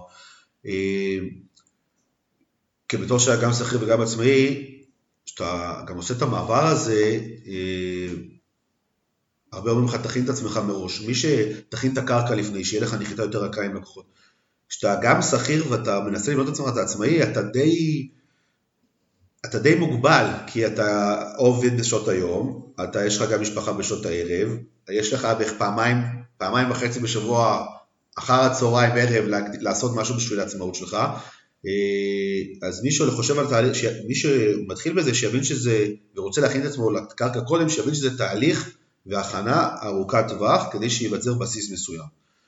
כבתור שהיה גם שכיר וגם עצמאי, שאתה גם עושה את המעבר הזה, הרבה אומרים לך תכין את עצמך מראש, מי שתכין את הקרקע לפני, שיהיה לך נחיתה יותר רכה עם לקוחות. כשאתה גם שכיר ואתה מנסה לבנות את עצמך, אתה עצמאי, אתה די, אתה די מוגבל, כי אתה עובד בשעות היום, אתה יש לך גם משפחה בשעות הערב, יש לך בערך פעמיים, פעמיים וחצי בשבוע, אחר הצהריים ערב, לעשות משהו בשביל העצמאות שלך, אז מי שחושב על תהליך, מי שמתחיל בזה, שיבין שזה, ורוצה להכין את עצמו לקרקע קודם, שיבין שזה תהליך והכנה ארוכת טווח, כדי שיבצר בסיס מסוים.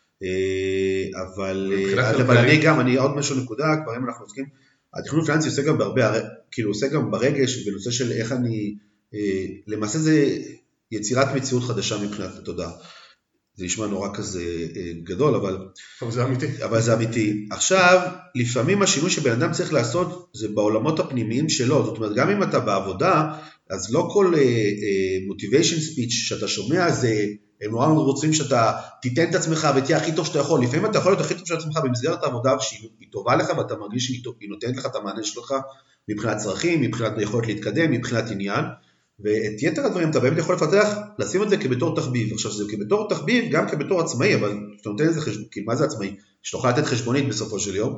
אבל, אבל אני גם, אני עוד משהו נקודה, כבר אם אנחנו עוסקים, התכנון פיננסי עושה גם בהרבה, כאילו עושה גם ברגש, בנושא של איך אני, למעשה זה יצירת מציאות חדשה מבחינת התודעה. זה נשמע נורא כזה גדול, אבל, אבל זה אמיתי. אבל זה אמיתי. עכשיו, לפעמים השינוי שבן אדם צריך לעשות, זה בעולמות הפנימיים שלו. זאת אומרת, גם אם אתה בעבודה, אז לא כל uh, uh, motivation speech שאתה שומע, זה, הם נורא רוצים שאתה תיתן את עצמך ותהיה הכי טוב שאתה יכול. לפעמים אתה יכול להיות הכי טוב של עצמך במסגרת העבודה, שהיא טובה לך, ואתה מרגיש שהיא נותנת לך את המענה שלך, מבחינת צרכים, מבחינת יכולת להתקדם, מבחינת עניין. ואת יתר הדברים אתה באמת יכול לפתח, לשים את זה כבתור תחביב. עכשיו זה כבתור תחביב, גם כבתור עצמאי, אבל אתה נותן את זה חשבון, כי מה זה עצמאי? שתוכל לתת חשבונית בסופו של יום.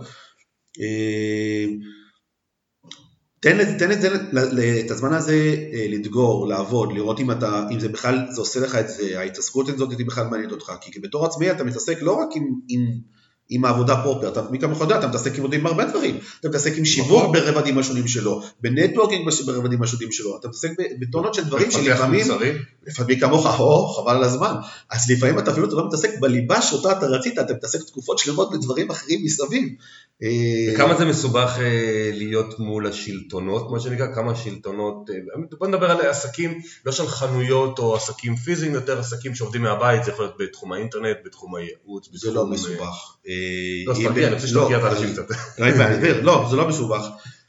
תן, תן את, זה, את הזמן הזה לדגור, לעבוד, לראות אם, אתה, אם זה בכלל, זה עושה לך את זה, ההתעסקות הזאת היא בכלל מעניינת אותך, כי כבתור עצמאי אתה מתעסק לא רק עם, עם, עם העבודה פרופר, אתה מי כמוך יודע, אתה מתעסק עם, עם הרבה דברים, אתה מתעסק עם שיווק ברבדים השונים שלו, בנטוורקינג ברבדים השונים שלו, אתה מתעסק בטונות של דברים שלפעמים, לפעמים כמוך, או, חבל על הזמן, אז לפעמים אתה אפילו אתה לא מתעסק בליבה שאותה אתה רצית, אתה מתעסק תקופות שלמות בדברים אחרים מסביב. וכמה זה מסובך להיות מול השלטונות, מה שנקרא, כמה שלטונות, בוא נדבר על עסקים, לא של חנויות או עסקים פיזיים, יותר עסקים שעובדים מהבית, זה יכול להיות בתחום האינטרנט, בתחום הייעוץ, זה לא מסובך. לא, ספרגיע, אני חושב שתרגיע את האנשים קצת. לא, זה לא מסובך.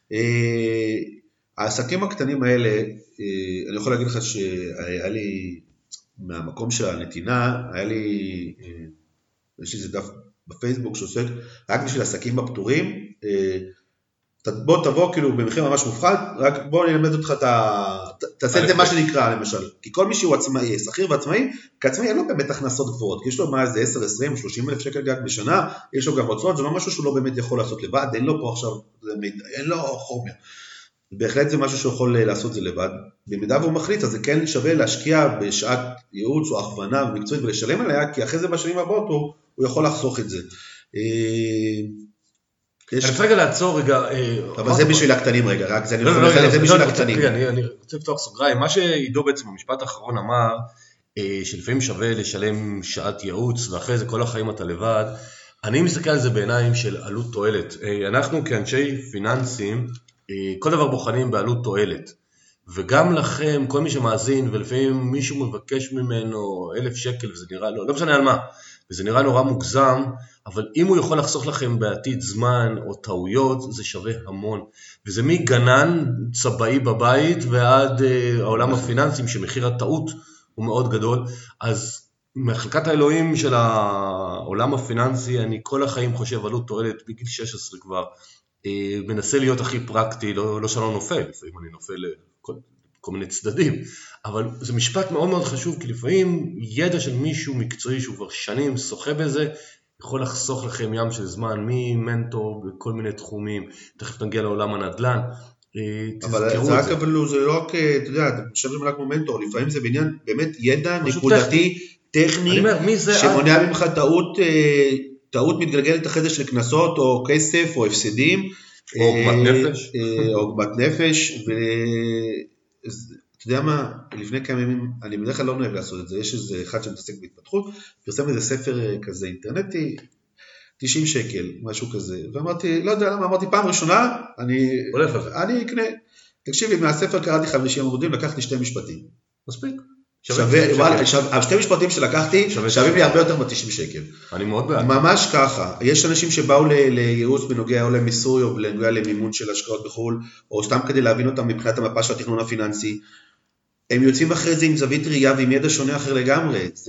העסקים הקטנים האלה, אני יכול להגיד לך שהיה לי, מהמקום של הנתינה, היה לי, יש לי זה דף בפייסבוק שעוסק רק בשביל עסקים בפטורים, בוא תבוא כאילו במחיר ממש מופחד, רק בוא נלמד אותך, תעשה את זה מה שנקרא למשל, כי כל מי שהוא עצמאי, שכיר ועצמאי, כעצמאי אין לו באמת הכנסות גבוהות, כי יש לו מה זה עשר, עשרים, שלושים אלף שקל גג בשנה, יש לו גם הוצאות, זה לא משהו שהוא לא באמת יכול לעשות לבד, אין לו פה עכשיו, אין לו חומר. בהחלט זה משהו שיכול לעשות זה לבד, במידה והוא מחליט, אז זה כן שווה להשקיע בשעת ייעוץ או הכוונה ומקצועית ולשלם עליה, כי אחרי זה בשנים הבאות הוא, הוא יכול לחסוך את זה. אני רוצה רגע לעצור רגע. אבל זה בשביל הקטנים רגע, רק זה בשביל הקטנים. אני רוצה לפתוח סוגריים, מה שעידו בעצם במשפט האחרון אמר, שלפעמים שווה לשלם שעת ייעוץ, ואחרי זה כל החיים אתה לבד, אני מסתכל על זה בעיניים של עלות תועלת. אנחנו כאנשי פיננסים, כל דבר בוחנים בעלות תועלת, וגם לכם, כל מי שמאזין, ולפעמים מישהו מבקש ממנו אלף שקל, וזה נראה, לא, לא משנה על מה, וזה נראה נורא מוגזם, אבל אם הוא יכול לחסוך לכם בעתיד זמן או טעויות, זה שווה המון. וזה מגנן צבאי בבית, ועד uh, העולם הפיננסים, שמחיר הטעות הוא מאוד גדול. אז מחלקת האלוהים של העולם הפיננסי, אני כל החיים חושב עלות תועלת, בגיל שש עשרה כבר, uh, מנסה להיות הכי פרקטי, לא, לא שלא נופל, לפעמים אני נופל לכל... כל מיני צדדים, אבל זה משפט מאוד מאוד חשוב, כי לפעמים ידע של מישהו מקצועי שהוא כבר שנים שוחה בזה, יכול לחסוך לכם ים של זמן, ממנטור בכל מיני תחומים, תכף נגיע לעולם הנדל"ן, אבל זה רק, אבל זה לא רק, אתה יודע, אני חושב שזה מלא כמו מנטור, לפעמים זה בעניין, באמת ידע נקודתי, טכני, שמונע ממך טעות, טעות מתגלגלת אחרי זה של כנסות, או כסף, או הפסדים, או עוגמת נפש, או עוגמת נפש, ו... אתה יודע מה, לפני כמה ימים, אני בדרך כלל לא נוהג לעשות את זה, יש איזה אחד שמתעסק בהתפתחות, פרסם איזה ספר כזה אינטרנטי, תשעים שקל, משהו כזה, ואמרתי, לא יודע למה, אמרתי פעם ראשונה, אני, אני אקנה, תקשיבי, מהספר קראתי חמישים עמודים, לקחתי שתי משפטים. מספיק. שווה, שתי משפטים שלקחתי, שווים לי הרבה יותר מ-תשעים שקל. אני מאוד בעד. ממש ככה, יש אנשים שבאו לייעוץ בנוגע או למיסוי, או בנוגע למימון של השקעות בחו"ל, או סתם כדי להבין אותם מבחינת המפה של התכנון הפיננסי, הם יוצאים אחרי זה עם זווית ראייה ועם ידע שונה אחר לגמרי, זה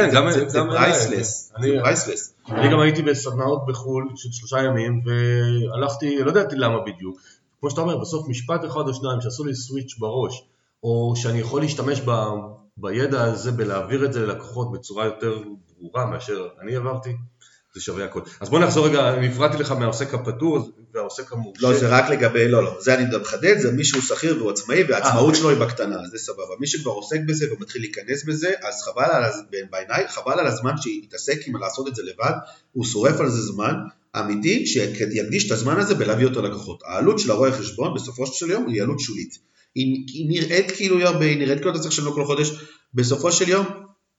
פרייסלס. אני גם הייתי בסדנאות בחו"ל של שלושה ימים, והלכתי, לא ידעתי למה בדיוק, כמו שאתה אומר, בסוף משפט אחד או שניים שעשו לי סוויץ' בראש, או שאני יכול להשתמש ב... בידע הזה בלהעביר את זה ללקוחות בצורה יותר ברורה מאשר אני עברתי, זה שווה הכל. אז בוא נחזור רגע, אני הפרעתי לך מהעוסק הפטור והעוסק המורשה. לא, זה רק לגבי, לא, לא, זה אני מחדד, זה מישהו שכיר והוא עצמאי והעצמאות שלו היא בקטנה, זה סבבה. מי שכבר עוסק בזה ומתחיל להיכנס בזה, אז חבל על, בעיניי, חבל על הזמן שיתעסק עם לעשות את זה לבד, הוא שורף על זה זמן אמיתי, שיקדיש את הזמן הזה בלהביא אותו לקוחות. העלות של הרואה חשבון בסופו של יום היא עלות שולית. היא נראית כאילו הרבה, היא נראית כאילו אתה צריך שלנו כל חודש, בסופו של יום,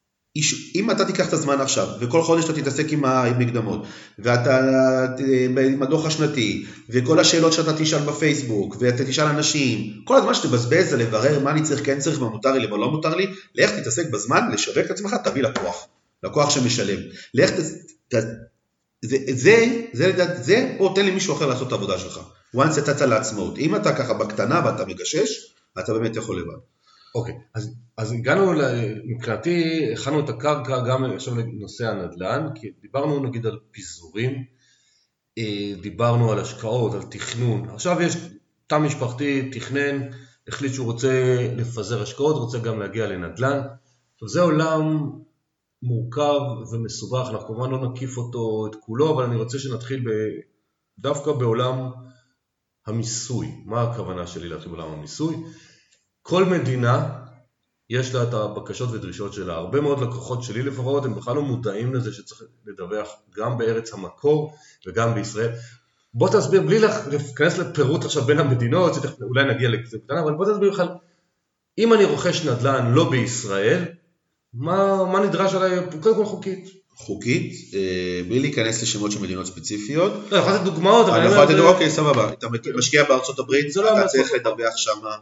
אם אתה תיקח את הזמן עכשיו, וכל חודש אתה תתעסק עם המקדמות, ואתה עם הדוח השנתי, וכל השאלות שאתה תשאל בפייסבוק, ואתה תשאל אנשים, כל הזמן שתבזבז זה לברר מה אני צריך, כן צריך, מה מותר לי, מה לא מותר לי, לך תתעסק בזמן, לשווק את עצמך, תביא לקוח, לקוח שמשלם. לך ת... זה, זה, זה, זה, פה תן לי מישהו אחר לעשות את העבודה שלך. once יצאת לעצמאות. אם אתה ככה בקטנה ואתה מגשש, אתה באמת יכול לבד. אוקיי, אז, אז הגענו, מבחינתי, הכנו את הקרקע גם עכשיו לנושא הנדל"ן, כי דיברנו נגיד על פיזורים, דיברנו על השקעות, על תכנון. עכשיו יש תא משפחתי, תכנן, החליט שהוא רוצה לפזר השקעות, רוצה גם להגיע לנדל"ן. עכשיו זה עולם מורכב ומסובך, אנחנו כמובן לא נקיף אותו את כולו, אבל אני רוצה שנתחיל ב, דווקא בעולם המיסוי. מה הכוונה שלי להתחיל בעולם המיסוי? כל מדינה יש לה את הבקשות ודרישות שלה. הרבה מאוד לקוחות שלי לפחות, הם בכלל לא מודעים לזה שצריך לדווח גם בארץ המקור וגם בישראל. בוא תסביר, בלי להיכנס לפירוט עכשיו בין המדינות, אולי נגיע לקצת קטנה, אבל בוא תסביר בכלל, אם אני רוכש נדל"ן לא בישראל, מה, מה נדרש עליי, קודם כל חוקית? חוקית, בלי להיכנס לשמות של מדינות ספציפיות. לא, אני יכול לתת דוגמאות, אבל אני יכול לתת דוגמאות, אוקיי, סבבה. אתה משקיע בארצות הברית, אתה צריך לדווח שמה,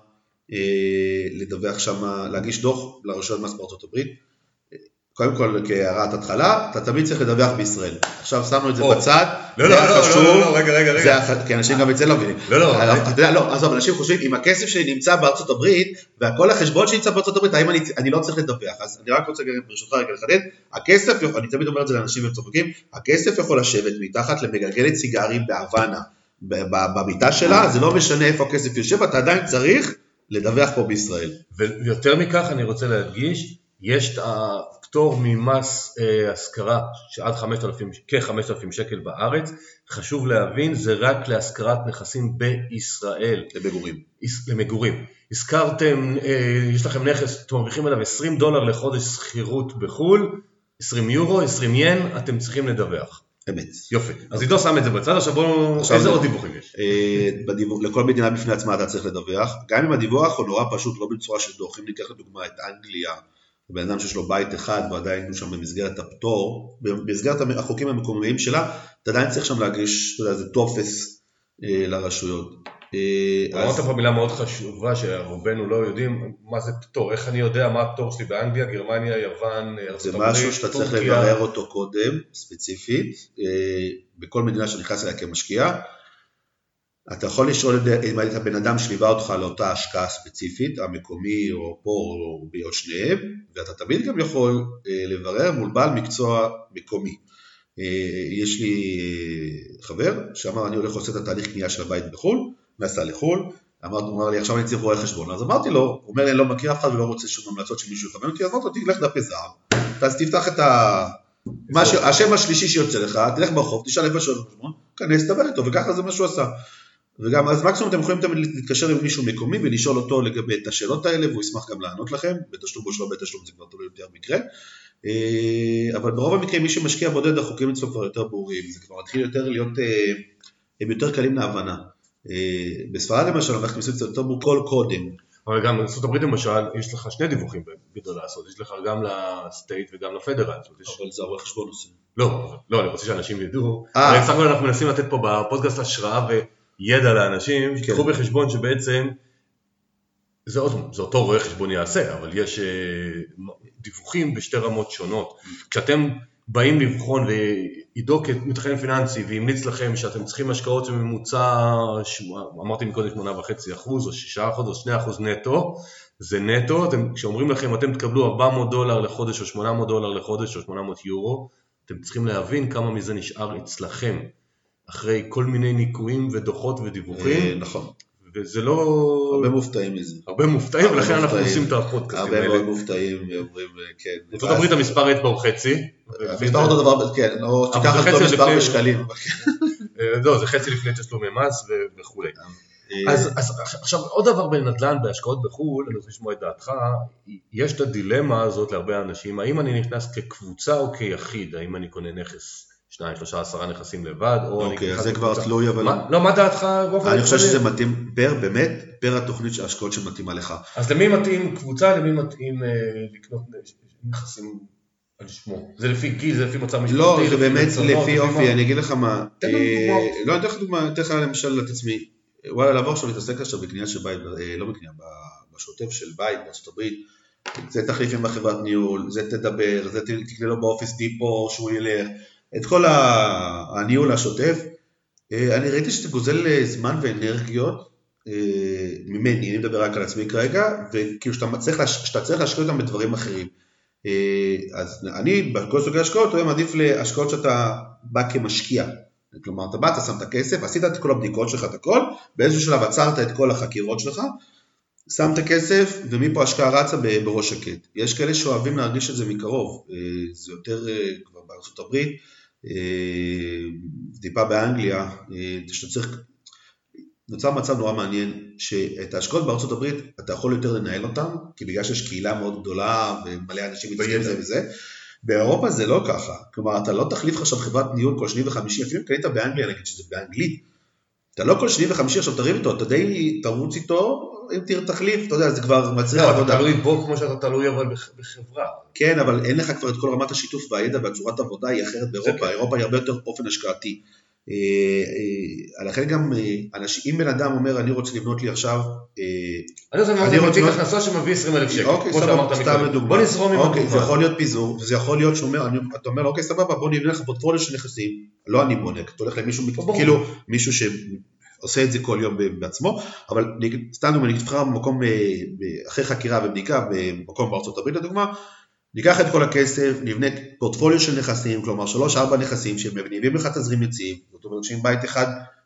לדווח שמה, להגיש דוח לרשויות מס בארצות הברית. קודם כל, כהערת התחלה, אתה תמיד צריך לדווח בישראל. עכשיו שמנו את זה בצד. לא, לא, לא, רגע, רגע, רגע. כי אנשים גם את זה לא מבינים. לא, לא. אתה יודע, לא, עזוב, אנשים חושבים, אם הכסף שלי נמצא בארצות הברית, והכל החשבון שנמצא בארצות הברית, האם אני לא צריך לדווח? אז אני רק רוצה ברשותך רגע לחדד, הכסף, אני תמיד אומר את זה לאנשים וצוחקים, הכסף יכול לשבת מתחת למגלגלת סיגרים בהוואנה, במיטה שלה, זה לא משנה איפה הכסף יושב, אתה עדיין צריך לדווח פה בישראל. ויותר מכך אני רוצה להדגיש, יש פטור ממס אה, השכרה שעד חמשת אלפים, כ-חמשת אלפים שקל בארץ. חשוב להבין, זה רק להשכרת נכסים בישראל. למגורים. למגורים. הזכרתם, אה, יש לכם נכס, אתם מרוויחים עליו עשרים דולר לחודש שכירות בחול, עשרים יורו, עשרים ין, אתם צריכים לדווח. אמת. יופי. אז עידו שם את זה בצד, עכשיו בואו, איזה עוד דיווחים יש? לכל מדינה בפני עצמה אתה צריך לדווח, גם אם הדיווח הוא נורא פשוט, לא בצורה של דוח. אם ניקח לדוגמה את אנגליה, בן אדם שיש לו בית אחד ועדיין הוא שם במסגרת הפטור, במסגרת החוקים המקומיים שלה, אתה עדיין צריך שם להגיש, אתה יודע, זה טופס לרשויות. אמרת פה מילה מאוד חשובה שרובנו לא יודעים מה זה פטור, איך אני יודע מה הפטור שלי באנגליה, גרמניה, יוון, ארצות הברית, זה משהו שאתה צריך לברר אותו קודם, ספציפית, בכל מדינה שנכנס אליה כמשקיע. אתה יכול לשאול אם הבן אדם שליווה אותך לאותה השקעה ספציפית, המקומי או פה או בעוד שניהם, ואתה תמיד גם יכול לברר מול בעל מקצוע מקומי. יש לי חבר שאמר אני הולך לעשות את התהליך קנייה של הבית בחול, נסע לחול, אמר לי עכשיו אני צריך רואה חשבון, אז אמרתי לו, הוא אומר לי אני לא מכיר אף אחד ולא רוצה שום המלצות שמישהו יכוון אותי, אז אמרתי לו תלך דפי זהב, אז תפתח את השם השלישי שיוצא לך, תלך ברחוב, תשאל איפה שעוד חשבון, כנס, תדבר איתו, וככה זה מה שהוא עשה. וגם אז מקסימום אתם יכולים להתקשר עם מישהו מקומי ולשאול אותו לגבי את השאלות האלה, והוא ישמח גם לענות לכם, בתשלום או שלא בתשלום זה כבר תלוי יותר מקרה. אבל ברוב המקרים מי שמשקיע בודד החוקים אצלו כבר יותר ברורים, זה כבר מתחיל יותר להיות, הם יותר קלים להבנה. בספרד למשל אנחנו עושים את זה יותר מול קודם. אבל גם בארצות הברית למשל יש לך שני דיווחים גדול לעשות, יש לך גם לסטייט וגם לפדרל. אבל זה הרבה חשבון עושים. לא, לא, אני רוצה שאנשים ידעו. בסך הכל אנחנו מנסים לתת פה בפודקאסט השראה וידע לאנשים, שתקחו בחשבון שבעצם זה אותו רואה חשבון יעשה, אבל יש דיווחים בשתי רמות שונות. כשאתם באים לבחון ועידו כמתכנן פיננסי והמליץ לכם שאתם צריכים השקעות שממוצע, אמרתי מקודם שמונה וחצי אחוז או שישה אחוז או שני אחוז נטו, זה נטו, אתם, כשאומרים לכם אתם תקבלו ארבע מאות דולר לחודש או שמונה מאות דולר לחודש או שמונה מאות יורו, אתם צריכים להבין כמה מזה נשאר אצלכם, אחרי כל מיני ניקויים ודוחות ודיווחים. נכון. וזה לא... הרבה מופתעים מזה. הרבה מופתעים, ולכן אנחנו עושים את הפודקאסטים האלה. הרבה מאוד מופתעים, אומרים, כן. בארצות הברית המספר אצבע הוא חצי. המספר אותו דבר, כן, או תיקח את אותו מספר בשקלים. לא, זה חצי לפני תשלומי מס וכו'. אז עכשיו, עוד דבר בנדל"ן, בהשקעות בחו"ל, אני רוצה לשמוע את דעתך, יש את הדילמה הזאת להרבה אנשים, האם אני נכנס כקבוצה או כיחיד, האם אני קונה נכס? שניים, שלושה, עשרה נכסים לבד, או אני... אוקיי, זה כבר תלוי, אבל... לא, מה דעתך? אני חושב שזה מתאים פר, באמת, פר התוכנית של ההשקעות שמתאימה לך. אז למי מתאים קבוצה, למי מתאים לקנות נכסים על שמו? זה לפי גיל, זה לפי מצב משפטי? לא, זה באמת לפי אופי, אני אגיד לך מה... תן לנו דוגמאות. לא, אני אתן לך דוגמה, אתן לך למשל את עצמי, וואלה, לעבור עכשיו להתעסק עכשיו בקנייה של בית, לא בקנייה, בשוטף של בית, בארצות הברית, זה תחליפים בחברת ניהול, זה תדבר, זה תקנה לו באופיס דיפו, שהוא ילך, את כל הניהול השוטף, אני ראיתי שזה גוזל זמן ואנרגיות ממני, אני מדבר רק על עצמי כרגע, וכאילו שאתה צריך, שאתה צריך להשקיע אותם בדברים אחרים. אז אני, בכל סוגי השקעות, הוא מעדיף להשקעות שאתה בא כמשקיע. כלומר, אתה בא, אתה שם את הכסף, עשית את כל הבדיקות שלך, את הכל, באיזשהו שלב עצרת את כל החקירות שלך, שם את הכסף, ומפה השקעה רצה בראש שקט. יש כאלה שאוהבים להרגיש את זה מקרוב, זה יותר כבר בארצות הברית, טיפה באנגליה, שאתה צריך, נוצר מצב נורא מעניין, שאת ההשקעות בארצות הברית, אתה יכול יותר לנהל אותם, כי בגלל שיש קהילה מאוד גדולה, ומלא אנשים מתחילים זה וזה, באירופה זה לא ככה, כלומר, אתה לא תחליף עכשיו חברת ניהול כל שני וחמישי, אפילו קנית באנגליה, נגיד שזה באנגלית, אתה לא כל שני וחמישי עכשיו תריב איתו, אתה די תרוץ איתו, אם תראה תחליף, אתה יודע, זה כבר מצריך עבודה. אתה תלוי בו כמו שאתה תלוי אבל בחברה. כן, אבל אין לך כבר את כל רמת השיתוף והידע והצורת העבודה היא אחרת באירופה, אירופה היא הרבה יותר אופן השקעתי. לכן גם, אם בן אדם אומר, אני רוצה לבנות לי עכשיו... אני רוצה לבנות הכנסה שמביא עשרים אלף שקל, כמו שאמרת מקודם. בוא נזרום עם הדוגמה. זה יכול להיות פיזור, וזה יכול להיות שאומר, אתה אומר, אוקיי, סבבה, בוא נבנה לך פורטפוליו של נכסים, לא אני בונה, אתה הולך למישהו, כאילו מישהו שעושה את זה כל יום בעצמו, אבל סתם דוגמה, נבחר במקום, אחרי חקירה ובדיקה, במקום בארצות הברית לדוגמה, ניקח את כל הכסף, נבנה פורטפוליו של נכסים, כלומר שלוש ארבע נכסים שמניבים לך תזרים יציב, זאת אומרת שאם בית אחד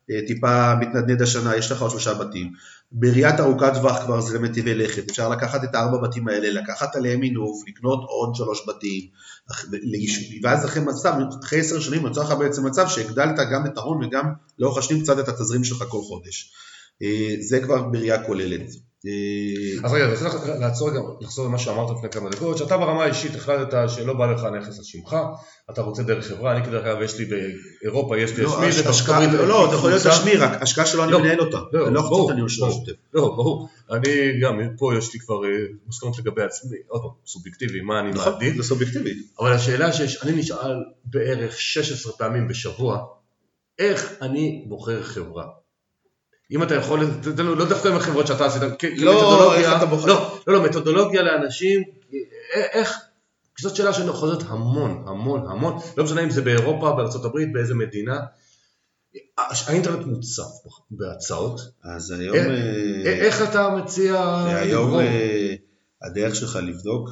טיפה מתנדנד השנה, יש לך עוד שלושה בתים. בראיית ארוכת טווח כבר זה מטיבי לכת, אפשר לקחת את הארבע בתים האלה, לקחת עליהם מינוף, לקנות עוד שלוש בתים, ואז אחרי מצב, אחרי עשר שנים מצא לך בעצם מצב שהגדלת גם את ההון וגם לאורך השנים קצת את התזרים שלך כל חודש. זה כבר בראייה כוללת. אז רגע, אני רוצה לעצור רגע, לחזור למה שאמרת לפני כמה דקות, שאתה ברמה האישית החלטת שלא בא לך נכס על שמך, אתה רוצה דרך חברה, אני כדרך אגב יש לי באירופה, יש לי השמי, לא, אתה יכול להיות השמי, רק השקעה שלו אני מנהל אותה, אני לא יכול להיות הניהול שלו שוטף. לא, ברור, אני גם, פה יש לי כבר מסקנות לגבי עצמי, עוד פעם, סובייקטיבי, מה אני מעדיף, זה סובייקטיבי. אבל השאלה שאני נשאל בערך שש עשרה פעמים בשבוע, איך אני בוחר חברה? אם אתה יכול, תתנו, לא דווקא עם החברות שאתה עשית, לא, איך אתה בוחר? לא, לא, מתודולוגיה לאנשים, איך, זאת שאלה שחוזרת המון, המון, המון, לא משנה אם זה באירופה, בארצות הברית, באיזה מדינה, האינטרנט מוצף בהצעות, אז היום, איך אתה מציע, היום הדרך שלך לבדוק,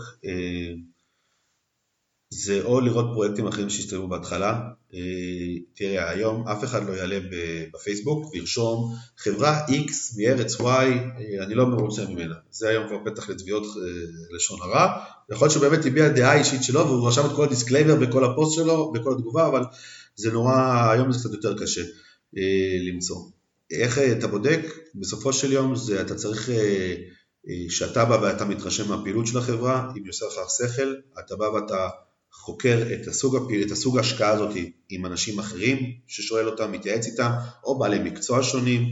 זה או לראות פרויקטים אחרים שהסתיימו בהתחלה, תראה, היום אף אחד לא יעלה בפייסבוק וירשום חברה X מארץ Y, אני לא מרוצה ממנה, זה היום כבר פתח לתביעות לשון הרע, יכול להיות שבאמת הביע דעה אישית שלו, והוא רשם את כל הדיסקליימר בכל הפוסט שלו, בכל התגובה, אבל זה נורא, היום זה קצת יותר קשה למצוא. איך אתה בודק? בסופו של יום זה, אתה צריך שאתה בא ואתה מתרשם מהפעילות של החברה, אם יוצא לך שכל, אתה בא ואתה חוקר את הסוג הפעיל, את הסוג ההשקעה הזאת עם אנשים אחרים ששואל אותם, מתייעץ איתם, או בעלי מקצוע שונים,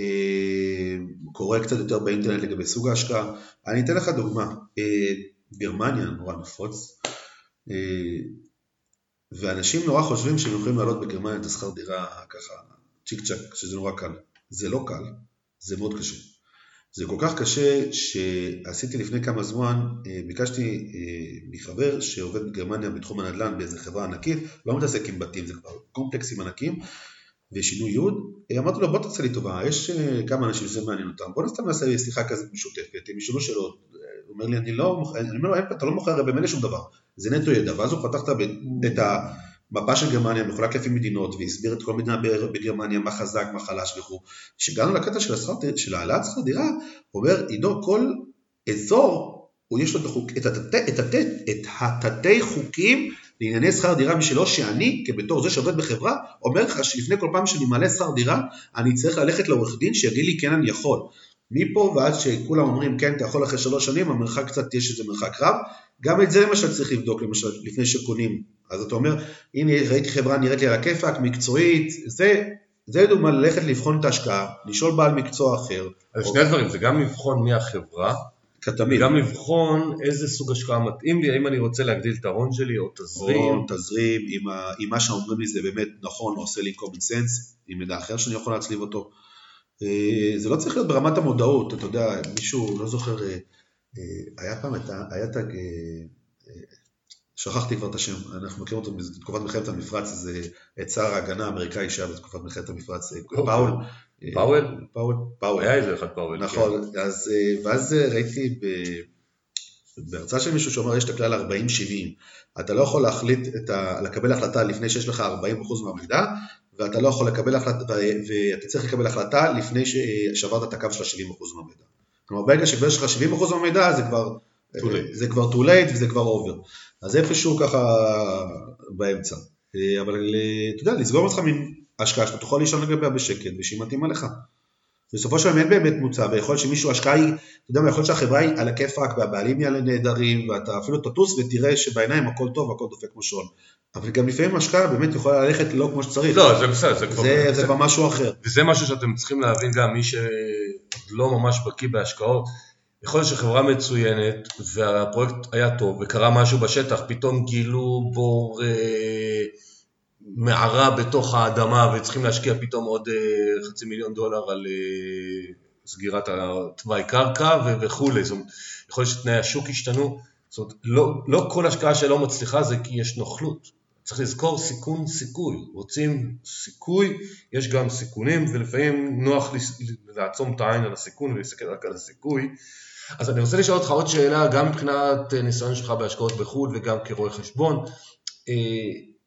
קורא קצת יותר באינטרנט לגבי סוג ההשקעה. אני אתן לך דוגמה, גרמניה נורא נפוץ, ואנשים נורא חושבים שהם יכולים לעלות בגרמניה את השכר דירה ככה, צ'יק צ'ק, שזה נורא קל. זה לא קל, זה מאוד קשה. זה כל כך קשה שעשיתי לפני כמה זמן, ביקשתי מחבר שעובד בגרמניה בתחום הנדל"ן באיזה חברה ענקית, לא מתעסק עם בתים, זה כבר קומפלקסים ענקים, ושינוי יוד, אמרתי לו בוא תעשה לי טובה, יש כמה אנשים שזה מעניין אותם, בוא נסתם נעשה לי שיחה כזאת משותפת, הם ישאלו שאלות, הוא אומר לי אני לא, אני אומר לו אתה לא מוכר במילא שום דבר, זה נטו ידע, ואז הוא פתח את ה... מפה של גרמניה מחולק לפי מדינות, והסביר את כל מדינה בגרמניה, מה חזק, מה חלש וכו'. כשהגענו לקטע של, של העלאת שכר דירה, הוא אומר, עידו, כל אזור, הוא יש לו את התתי חוקים לענייני שכר דירה משלו, שאני, כבתור זה שעובד בחברה, אומר לך שלפני כל פעם שאני מעלה שכר דירה, אני צריך ללכת לעורך דין שיגיד לי כן אני יכול. מפה ועד שכולם אומרים כן אתה יכול אחרי שלוש שנים, המרחק קצת יש איזה מרחק רב, גם את זה למשל צריך לבדוק למשל לפני שקונים, אז אתה אומר הנה ראיתי חברה נראית לי על הכיפק, מקצועית, זה, זה דוגמה ללכת לבחון את ההשקעה, לשאול בעל מקצוע אחר. אז שני הדברים, זה גם לבחון מי החברה, כתמיד. גם לבחון איזה סוג השקעה מתאים לי, האם אני רוצה להגדיל את ההון שלי או תזרים. הון, תזרים, אם, ה, אם מה שאומרים לי זה באמת נכון, או עושה לי common sense, עם מידע אחר שאני יכול להצליב אותו. זה לא צריך להיות ברמת המודעות, אתה יודע, מישהו, לא זוכר, היה פעם, היה את, שכחתי כבר את השם, אנחנו מכירים אותו בתקופת מלחמת המפרץ, זה את שר ההגנה האמריקאי שהיה בתקופת מלחמת המפרץ, פאול. פאוול? פאוול, פאוול. היה איזה אחד פאוול. נכון, אז, ואז ראיתי בהרצאה של מישהו שאומר, יש את הכלל ארבעים שבעים, אתה לא יכול להחליט, לקבל החלטה לפני שיש לך ארבעים אחוז מהמידע, ואתה לא יכול לקבל החלטה, ואתה צריך לקבל החלטה לפני ששברת את הקו של ה-שבעים אחוז מהמידע. כלומר, ברגע שכבר יש לך שבעים אחוז מהמידע, זה כבר, זה כבר too late וזה כבר over. אז איפשהו ככה באמצע. אבל אתה יודע, לסגור אותך מהשקעה שאתה תוכל לישון לגביה בשקט, ושהיא מתאימה לך. בסופו של דבר אין באמת מוצא, ויכול להיות שמישהו השקעה היא, אתה יודע, יכול להיות שהחברה היא על הכיפק, והבעלים יעלה נהדרים, ואתה אפילו תטוס ותראה שבעיניים הכל טוב, הכל דופק כמו שעון. אבל גם לפעמים השקעה באמת יכולה ללכת לא כמו שצריך. לא, זה בסדר, זה כבר... זה, זה כבר משהו אחר. וזה משהו שאתם צריכים להבין גם, מי שלא ממש בקיא בהשקעות, יכול להיות שחברה מצוינת, והפרויקט היה טוב, וקרה משהו בשטח, פתאום גילו בור... מערה בתוך האדמה, וצריכים להשקיע פתאום עוד uh, חצי מיליון דולר על uh, סגירת התוואי קרקע וכו'. זאת אומרת, יכול להיות שתנאי השוק השתנו. זאת אומרת, לא, לא כל השקעה שלא מצליחה זה כי יש נוכלות. צריך לזכור סיכון סיכוי. רוצים סיכוי, יש גם סיכונים, ולפעמים נוח לעצום את העין על הסיכון ולהסתכל רק על הסיכוי. אז אני רוצה לשאול אותך עוד שאלה, גם מבחינת ניסיון שלך בהשקעות בחו"ל וגם כרואה חשבון.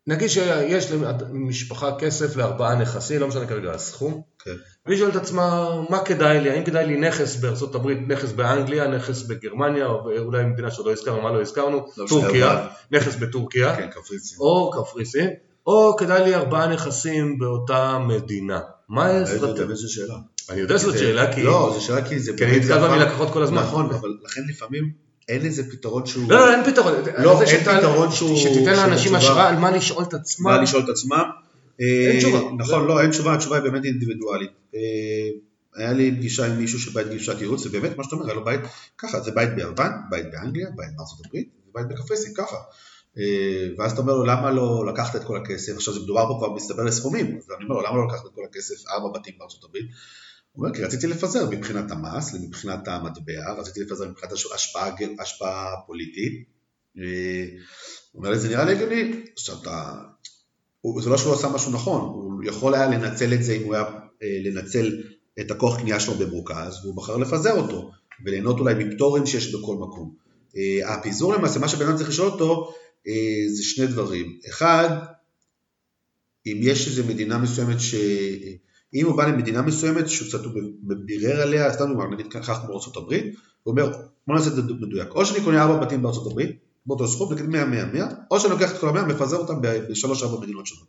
נגיד שיש למשפחה כסף לארבעה נכסים, לא משנה כרגע הסכום, כן. והיא שואלת עצמה, מה כדאי לי? האם כדאי לי נכס בארצות הברית, נכס באנגליה, נכס בגרמניה, או אולי מדינה שלא הזכרנו, מה לא הזכרנו, לא טורקיה, נכס בטורקיה, כן, קפריסין. או קפריסין, או כדאי לי ארבעה נכסים באותה מדינה. מה איזה שאלה? אני יודע שזאת שאלה, כי... לא, זו שאלה כי זה... כי אני נתקל בלקוחות כל הזמן. נכון, אבל לכן לפעמים אין איזה פתרון שהוא... לא, לא, אין פתרון. לא, אין פתרון שהוא... שתיתן לאנשים השראה על מה לשאול את עצמם. מה לשאול את עצמם. אין תשובה. נכון, לא, אין תשובה, התשובה היא באמת אינדיבידואלית. היה לי פגישה עם מישהו שבית פגישת ייעוץ, ובאמת מה שאתה אומר, היה לו בית ככה, זה בית ביוון, בית באנגליה, בית בארצות הברית, ובית בקפריסין, ככה. ואז אתה אומר לו, למה לא לקחת את כל הכסף? עכשיו זה מדובר פה כבר מסתבר לסכומים, אז אני אומר לו, למה לא לקחת את כל הכסף, ארבע בתים בארצות הברית? הוא אומר, כי רציתי לפזר מבחינת המס, מבחינת המטבע, רציתי לפזר מבחינת השפעה, השפעה פוליטית. הוא אומר לי, זה נראה לי הגיוני, שאתה, זה לא שהוא עשה משהו נכון, הוא יכול היה לנצל את זה, אם הוא היה לנצל את הכוח קנייה שלו במרוכז, והוא בחר לפזר אותו, וליהנות אולי מפטורים שיש בכל מקום. הפיזור למעשה, מה שבאמת צריך לשאול אותו, זה שני דברים. אחד, אם יש איזו מדינה מסוימת ש... אם הוא בא למדינה מסוימת, שהוא קצת בירר עליה, סתם הוא נגיד כך בארצות הברית, הוא אומר, בוא נעשה את זה מדויק, או שאני קונה ארבע בתים בארצות הברית, באותו סכום, נגיד מאה, מאה, מאה, או שאני לוקח את כל המאה, מפזר אותם בשלוש ארבע מדינות שונות.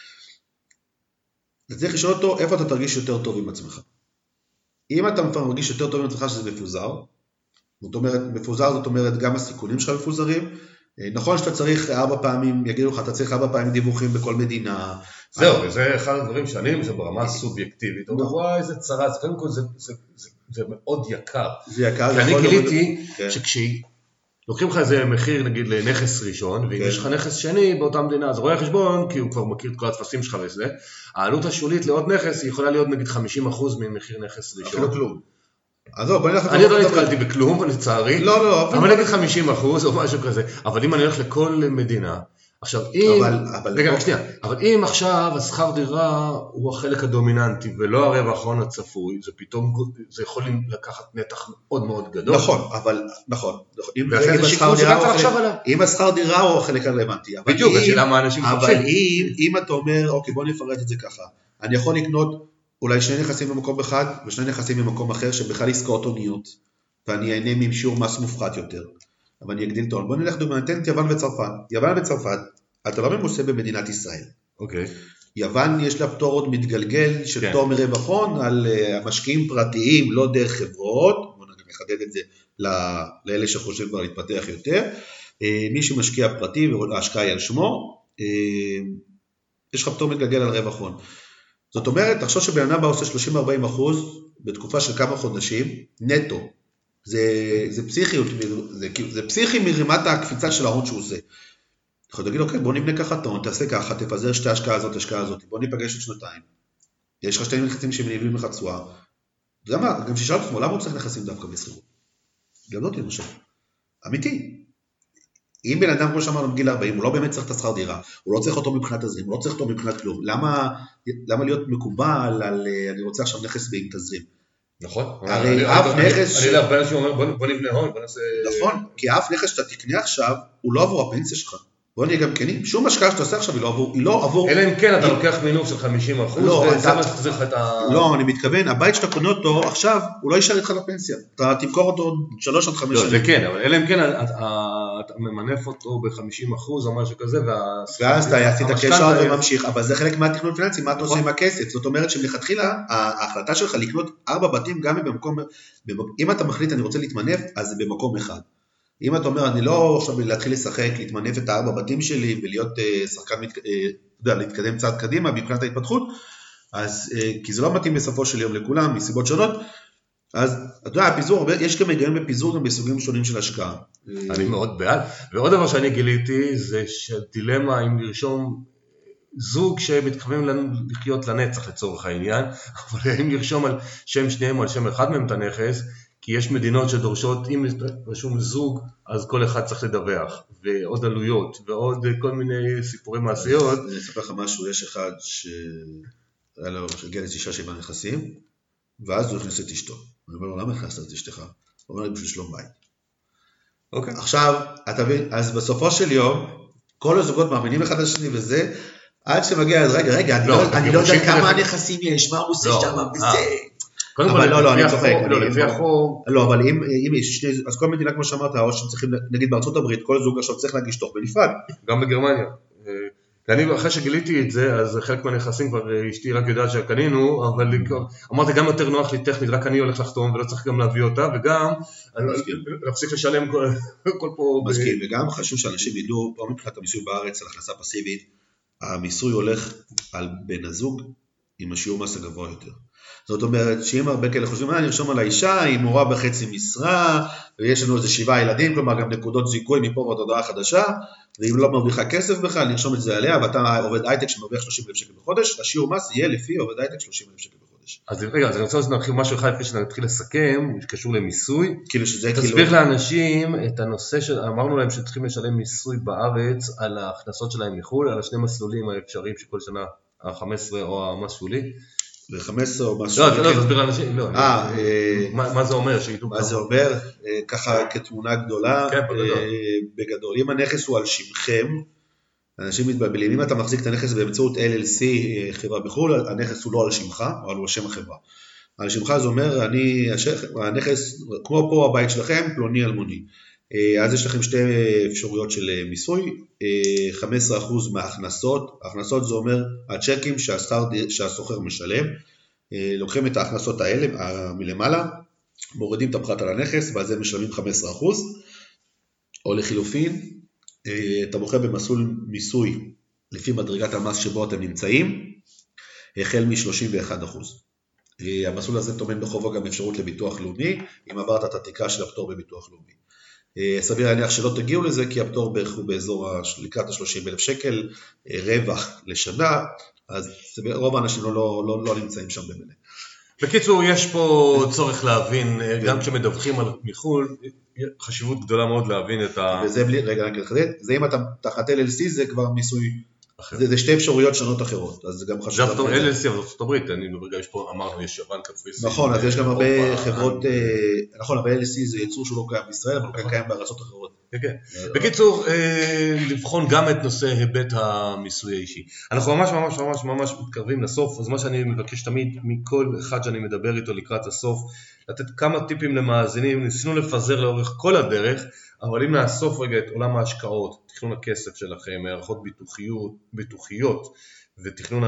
אז צריך לשאול אותו, איפה אתה תרגיש יותר טוב עם עצמך? אם אתה מרגיש יותר טוב עם עצמך שזה מפוזר, זאת אומרת, מפוזר זאת אומרת, גם הסיכונים שלך מפוזרים, נכון שאתה צריך ארבע פעמים, יגידו לך, אתה צריך ארבע פעמים דיווחים בכל מדינה. זהו, וזה אחד הדברים שאני, זה ברמה הסובייקטיבית. אומר, וואי, איזה צרה, זה קודם כל, זה מאוד יקר. זה יקר. כי אני גיליתי שכשלוקחים לך איזה מחיר, נגיד, לנכס ראשון, ואם יש לך נכס שני באותה מדינה, אז רואה חשבון, כי הוא כבר מכיר את כל התפסים שלך וזה, העלות השולית לעוד נכס, היא יכולה להיות נגיד חמישים אחוז ממחיר נכס ראשון. אפילו כלום. אני לא נתקלתי בכלום, לצערי, לא, לא, אבל נגיד חמישים אחוז או משהו כזה, אבל אם אני הולך לכל מדינה, עכשיו אם, רגע, רק שנייה, אבל אם עכשיו השכר דירה הוא החלק הדומיננטי ולא הרווח ההון הצפוי, זה פתאום, זה יכול לקחת נתח מאוד מאוד גדול. נכון, אבל, נכון, ואחרי זה שיקול שגם צריך לחשוב עליו. אם השכר דירה הוא החלק הרלוונטי, בדיוק, השאלה מה אנשים חופשים. אבל אם אתה אומר, אוקיי, בוא נפרט את זה ככה, אני יכול לקנות אולי שני נכסים במקום אחד, ושני נכסים במקום אחר, שבכלל עסקאות הוניות, ואני אהנה עם שיעור מס מופחת יותר, אבל אני אגדיל טון. בוא נלך דוגמא, ניתן את יוון וצרפת. יוון וצרפת, אתה לא ממוסה במדינת ישראל. אוקיי. יוון יש לה פטור עוד מתגלגל, של פטור מרווח הון, על המשקיעים פרטיים, לא דרך חברות, בוא נחדד את זה לאלה שחושבים כבר להתפתח יותר, מי שמשקיע פרטי, וההשקעה היא על שמו, יש לך פטור מתגלגל על רווח הון. זאת אומרת, תחשוב שבן אדם בא עושה שלושים עד ארבעים אחוז בתקופה של כמה חודשים, נטו. זה, זה פסיכיות, זה, זה פסיכי מרימת הקפיצה של ההון שהוא עושה. אתה יכול להגיד, אוקיי, בוא נבנה ככה טון, תעשה ככה, תפזר שתי השקעה הזאת, השקעה הזאת, בוא ניפגש עוד שנתיים. יש לך שתי נכסים שמניבים לך תשואה. גם, גם ששאלת עצמו, למה הוא צריך נכסים דווקא בסחירות? גם לא תלמשל. אמיתי. אם בן אדם כמו שאמרנו בגיל ארבעים, הוא לא באמת צריך את השכר דירה, הוא לא צריך אותו מבחינת תזרים, הוא לא צריך אותו מבחינת כלום. למה, למה להיות מקובל על, אני רוצה עכשיו נכס ועם תזרים? נכון. הרי אף נכס... אני יודע, הרבה אנשים אומרים, בוא נבנה הון, בוא נעשה... נכון, כי אף נכס שאתה תקנה עכשיו, הוא לא עבור הפנסיה שלך. בוא נהיה גם כנים, שום השקעה שאתה עושה עכשיו היא לא עבור, היא לא עבור... אלא אם כן, אתה לוקח מינוף של חמישים אחוז, וזה מה שתחזיר לך את ה... לא, אני מתכוון, הבית שאתה קונה אותו עכשיו, הוא לא יישאר איתך לפנסיה. אתה תמכור אותו שלוש עד חמש שנים. זה כן, אבל אלא אם כן, אתה ממנף אותו ב-חמישים אחוז או משהו כזה, ואז אתה יעשית קשר וממשיך, אבל זה חלק מהתכנון פיננסי, מה אתה עושה עם הכסף? זאת אומרת שמלכתחילה, ההחלטה שלך לקנות ארבע בתים גם במקום, אם אתה מחליט אני רוצה להתמנף, אז זה במקום אחד. אם אתה אומר, אני לא עכשיו להתחיל לשחק, להתמנף את הארבע בתים שלי, ולהיות שחקן, אתה יודע, להתקדם צעד קדימה, מבחינת ההתפתחות, אז, כי זה לא מתאים בסופו של יום לכולם, מסיבות שונות, אז, אתה יודע, הפיזור, יש גם היגיון בפיזור, גם בסוגים שונים של השקעה. אני מאוד בעד, ועוד דבר שאני גיליתי, זה שדילמה אם לרשום זוג שמתכוונים לחיות לנצח לצורך העניין, אבל אם לרשום על שם שניהם או על שם אחד מהם את הנכס, כי יש מדינות שדורשות, אם רשום זוג, אז כל אחד צריך לדווח, ועוד עלויות, ועוד כל מיני סיפורי מעשיות. אני אספר לך משהו, יש אחד שהיה לו, שהגיע לשישה שבעה נכסים, ואז הוא הכניס את אשתו. אני אומר לו, למה הכנסת את אשתך? הוא אומר לי, בשביל שלום בית. אוקיי. עכשיו, אתה מבין, אז בסופו של יום, כל הזוגות מאמינים אחד לשני וזה, עד שמגיע, רגע, רגע, אני לא יודע כמה נכסים יש, מה הוא עושה שם, וזה... אבל לא, לא, אני צוחק. לא, אבל אם יש שני, אז כל מדינה כמו שאמרת, או שצריכים, נגיד בארצות הברית, כל זוג עכשיו צריך להגיש תוך בנפרד. גם בגרמניה. אני אחרי שגיליתי את זה, אז חלק מהנכסים כבר אשתי רק יודעת שקנינו, אבל אמרתי גם יותר נוח לי טכנית, רק אני הולך לחתום ולא צריך גם להביא אותה, וגם להפסיק לשלם כל פה... מסכים, וגם חשוב שאנשים ידעו, פה מבחינת המיסוי בארץ על הכנסה פסיבית, המיסוי הולך על בן הזוג עם השיעור מס הגבוה יותר. זאת אומרת, שאם הרבה כאלה חושבים, מה, נרשום על האישה, היא מורה בחצי משרה, ויש לנו איזה שבעה ילדים, כלומר גם נקודות זיכוי מפה ואת הודעה חדשה, ואם לא מרוויחה כסף בכלל, נרשום את זה עליה, ואתה עובד הייטק שמרוויח שלושים אלף שקל בחודש, השיעור מס יהיה לפי עובד הייטק שלושים אלף שקל בחודש. אז רגע, אז אני רוצה להרחיב משהו אחד, לפני שנתחיל לסכם, שקשור למיסוי. כאילו שזה תסביר לאנשים את הנושא של, אמרנו להם שצריכים לשלם מיסוי בארץ על ההכנסות שלהם מחו"ל, על השני מסלולים האפשריים שכל שנה ה-חמש עשרה או המס שולי. ו-חמש עשרה או משהו. לא, לא, תסביר לאנשים, לא. מה זה אומר? מה זה אומר? ככה כתמונה גדולה, בגדול. אם הנכס הוא על שמכם, אנשים מתבלבלים, אם אתה מחזיק את הנכס באמצעות אל אל סי, חברה בחו"ל, הנכס הוא לא על שמך, אבל הוא על שם החברה. על שמך זה אומר, אני, הנכס, כמו פה הבית שלכם, פלוני אלמוני. אז יש לכם שתי אפשרויות של מיסוי, חמישה עשר אחוז מההכנסות, ההכנסות זה אומר הצ'קים שהסוחר משלם, לוקחים את ההכנסות האלה מלמעלה, מורידים את הפחת על הנכס, ועל זה משלמים חמישה עשר אחוז, או לחילופין, אתה מוכר במסלול מיסוי לפי מדרגת המס שבו אתם נמצאים, החל מ-שלושים ואחד אחוז. המסלול הזה תומן בחובו גם אפשרות לביטוח לאומי, אם עברת את התקרה של הפטור בביטוח לאומי. סביר להניח שלא תגיעו לזה, כי הפטור בערך הוא באזור לקראת ה-שלושים אלף שקל, רווח לשנה, אז רוב האנשים לא, לא, לא, לא נמצאים שם במלא. בקיצור, יש פה צורך להבין, גם כשמדווחים על מחול, חשיבות גדולה מאוד להבין את ה... וזה בלי, רגע, רק לחדד, זה אם אתה תחת אל אל סי, זה כבר מיסוי, זה, זה שתי אפשרויות שונות אחרות, אז זה גם חשוב. זה אל אל סי, אבל זאת הברית, אני ברגע יש פה, אמרנו, יש יוון, קפריסין. נכון, אז יש גם הרבה חברות, נכון, אבל אל אל סי זה יצור שהוא לא קיים בישראל, אבל הוא קיים בארצות אחרות. בקיצור, לבחון גם את נושא היבט המיסוי האישי. אנחנו ממש ממש ממש ממש מתקרבים לסוף, אז מה שאני מבקש תמיד מכל אחד שאני מדבר איתו לקראת הסוף, לתת כמה טיפים למאזינים, ניסינו לפזר לאורך כל הדרך, אבל אם נאסוף רגע את עולם ההשקעות, תכנון הכסף שלכם, הערכות ביטוחיות, ביטוחיות, ותכנון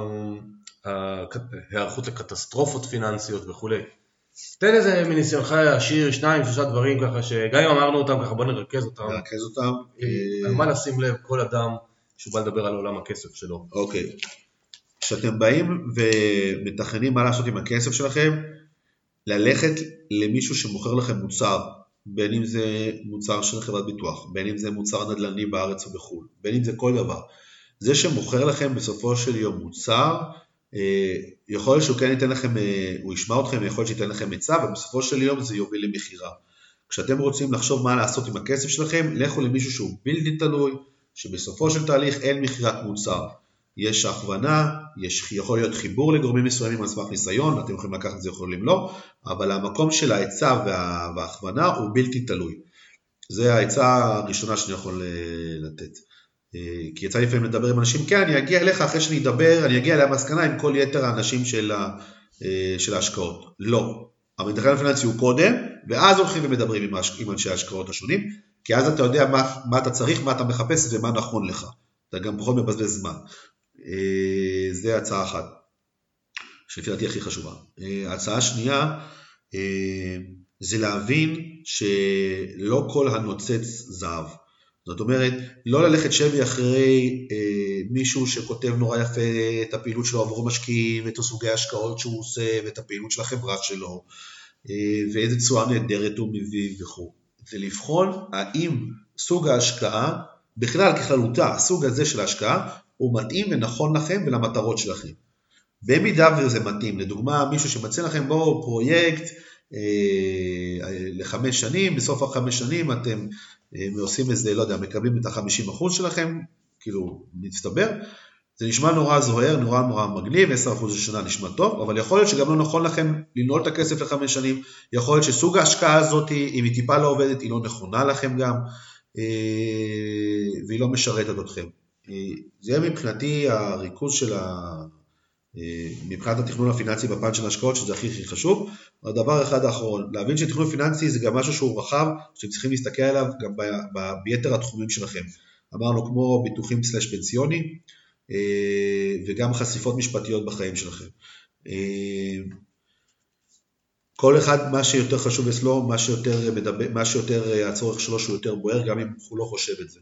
ההיערכות לקטסטרופות פיננסיות וכו'. תן איזה מניסיונך להשאיר שניים, שלושה דברים ככה, שגם אם אמרנו אותם ככה, בוא נרכז אותם. נרכז אותם. על מה לשים לב כל אדם שהוא בא לדבר על עולם הכסף שלו. אוקיי. כשאתם באים ומתכננים מה לעשות עם הכסף שלכם, ללכת למישהו שמוכר לכם מוצר, בין אם זה מוצר של חברת ביטוח, בין אם זה מוצר נדל"ני בארץ ובחו"ל, בין אם זה כל דבר. זה שמוכר לכם בסופו של יום מוצר, יכול להיות שהוא כן ייתן לכם, הוא ישמע אתכם, יכול להיות שייתן לכם עצה, ובסופו של יום זה יוביל למחירה. כשאתם רוצים לחשוב מה לעשות עם הכסף שלכם, לכו למישהו שהוא בלתי תלוי, שבסופו של תהליך אין מחירת מוצר. יש הכוונה, יש, יכול להיות חיבור לגורמים מסוימים על סמך ניסיון, אתם יכולים לקחת את זה, יכולים לא, אבל המקום של העצה וה, וההכוונה הוא בלתי תלוי. זה העצה הראשונה שאני יכול לתת. כי יצא לפעמים לדבר עם אנשים, כן, אני אגיע אליך אחרי שאני אדבר, אני אגיע למסקנה עם כל יתר האנשים של, של ההשקעות. לא. המתכנן הפיננסי הוא קודם, ואז הולכים ומדברים עם, עם אנשי ההשקעות השונים, כי אז אתה יודע מה, מה אתה צריך, מה אתה מחפש ומה נכון לך. אתה גם פחות מבזבז זמן. זה הצעה אחת, שלפי דעתי הכי חשובה. ההצעה השנייה, זה להבין שלא כל הנוצץ זהב. זאת אומרת, לא ללכת שבי אחרי אה, מישהו שכותב נורא יפה את הפעילות שלו עבור משקיעים, את הסוגי ההשקעות שהוא עושה, ואת הפעילות של החברה שלו, אה, ואיזה תשואה נהדרת הוא מביא וכו'. זה לבחון האם סוג ההשקעה, בכלל ככלותה, הסוג הזה של ההשקעה, הוא מתאים ונכון לכם ולמטרות שלכם. במידה וזה מתאים, לדוגמה, מישהו שמציע לכם בו פרויקט אה, לחמש שנים, בסוף החמש שנים אתם עושים איזה, לא יודע, מקבלים את ה-חמישים אחוז שלכם, כאילו, מצטבר, זה נשמע נורא זוהר, נורא נורא מגניב, עשרה אחוז לשנה נשמע טוב, אבל יכול להיות שגם לא נכון לכם לנעול את הכסף לחמש שנים, יכול להיות שסוג ההשקעה הזאת, אם היא טיפה לא עובדת, היא לא נכונה לכם גם, והיא לא משרתת אתכם. זה מבחינתי הריכוז של ה... מבחינת התכנון הפיננסי בפן של השקעות, שזה הכי הכי חשוב. הדבר אחד האחרון, להבין שתכנון פיננסי זה גם משהו שהוא רחב, שאתם צריכים להסתכל עליו גם ביתר התחומים שלכם. אמרנו כמו ביטוחים סלש פנסיוני, וגם חשיפות משפטיות בחיים שלכם. כל אחד מה שיותר חשוב אצלו, מה שיותר מדבר, מה שיותר הצורך שלו שהוא יותר בוער, גם אם הוא לא חושב את זה.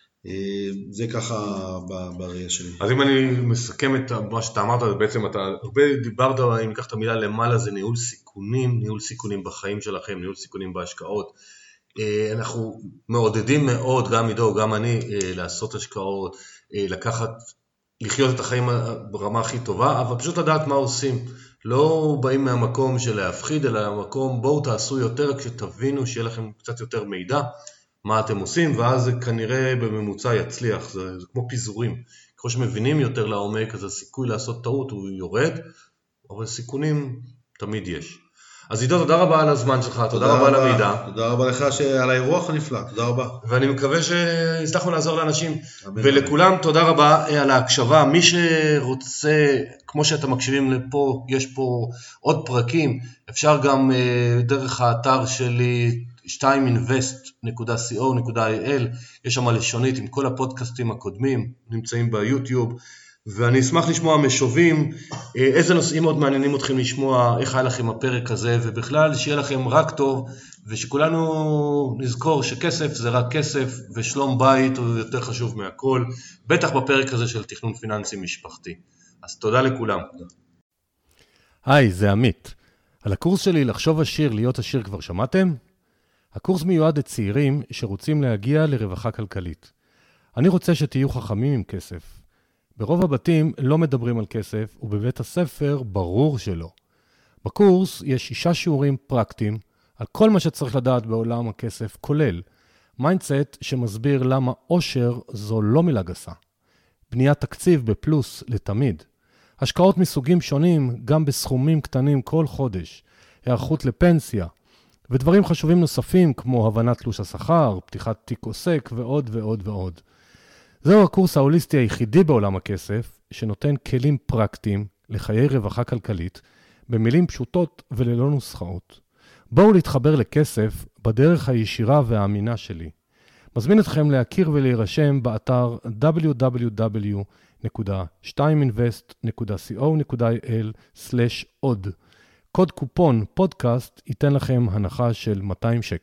זה ככה בראייה שלי. אז אם אני מסכם את מה שאתה אמרת, בעצם אתה הרבה דיברת, אם ניקח את המילה למעלה, זה ניהול סיכונים, ניהול סיכונים בחיים שלכם, ניהול סיכונים בהשקעות. אנחנו מעודדים מאוד, גם עידו, גם אני, לעשות השקעות, לקחת, לחיות את החיים ברמה הכי טובה, אבל פשוט לדעת מה עושים. לא באים מהמקום של להפחיד, אלא מהמקום בואו תעשו יותר, כשתבינו שיהיה לכם קצת יותר מידע, מה אתם עושים, ואז זה כנראה בממוצע יצליח, זה, זה כמו פיזורים. ככל שמבינים יותר לעומק, אז הסיכוי לעשות טעות הוא יורד, אבל סיכונים תמיד יש. אז עידו, תודה רבה על הזמן שלך, תודה, תודה רבה על המידע. תודה רבה לך על האירוח הנפלא, תודה רבה. ואני מקווה שהצלחנו לעזור לאנשים. ולכולם תודה רבה על ההקשבה. מי שרוצה, כמו שאתם מקשיבים לפה, יש פה עוד פרקים, אפשר גם דרך האתר שלי, שתיים אינבסט נקודה סי או נקודה איי אל, יש שם לשונית עם כל הפודקאסטים הקודמים, נמצאים ביוטיוב, ואני אשמח לשמוע משובים, איזה נושאים עוד מעניינים אתכם לשמוע, איך היה לכם הפרק הזה, ובכלל שיהיה לכם רק טוב, ושכולנו נזכור שכסף זה רק כסף, ושלום בית הוא יותר חשוב מהכל, בטח בפרק הזה של תכנון פיננסי משפחתי. אז תודה לכולם. היי, זה עמית. על הקורס שלי לחשוב עשיר, להיות עשיר כבר שמעתם? הקורס מיועד לצעירים שרוצים להגיע לרווחה כלכלית. אני רוצה שתהיו חכמים עם כסף. ברוב הבתים לא מדברים על כסף, ובבית הספר ברור שלא. בקורס יש שישה שיעורים פרקטיים על כל מה שצריך לדעת בעולם הכסף, כולל מיינדסט שמסביר למה עושר זו לא מילה גסה. בניית תקציב בפלוס לתמיד. השקעות מסוגים שונים גם בסכומים קטנים כל חודש. היערכות לפנסיה. ודברים חשובים נוספים כמו הבנת תלוש השכר, פתיחת תיק עוסק ועוד ועוד ועוד. זהו הקורס ההוליסטי היחידי בעולם הכסף, שנותן כלים פרקטיים לחיי רווחה כלכלית, במילים פשוטות וללא נוסחאות. בואו להתחבר לכסף בדרך הישירה והאמינה שלי. מזמין אתכם להכיר ולהירשם באתר דאבליו דאבליו דאבליו נקודה שתיים אינבסט נקודה סי או נקודה איי אל סלש עוד. קוד קופון פודקאסט ייתן לכם הנחה של מאתיים שקל.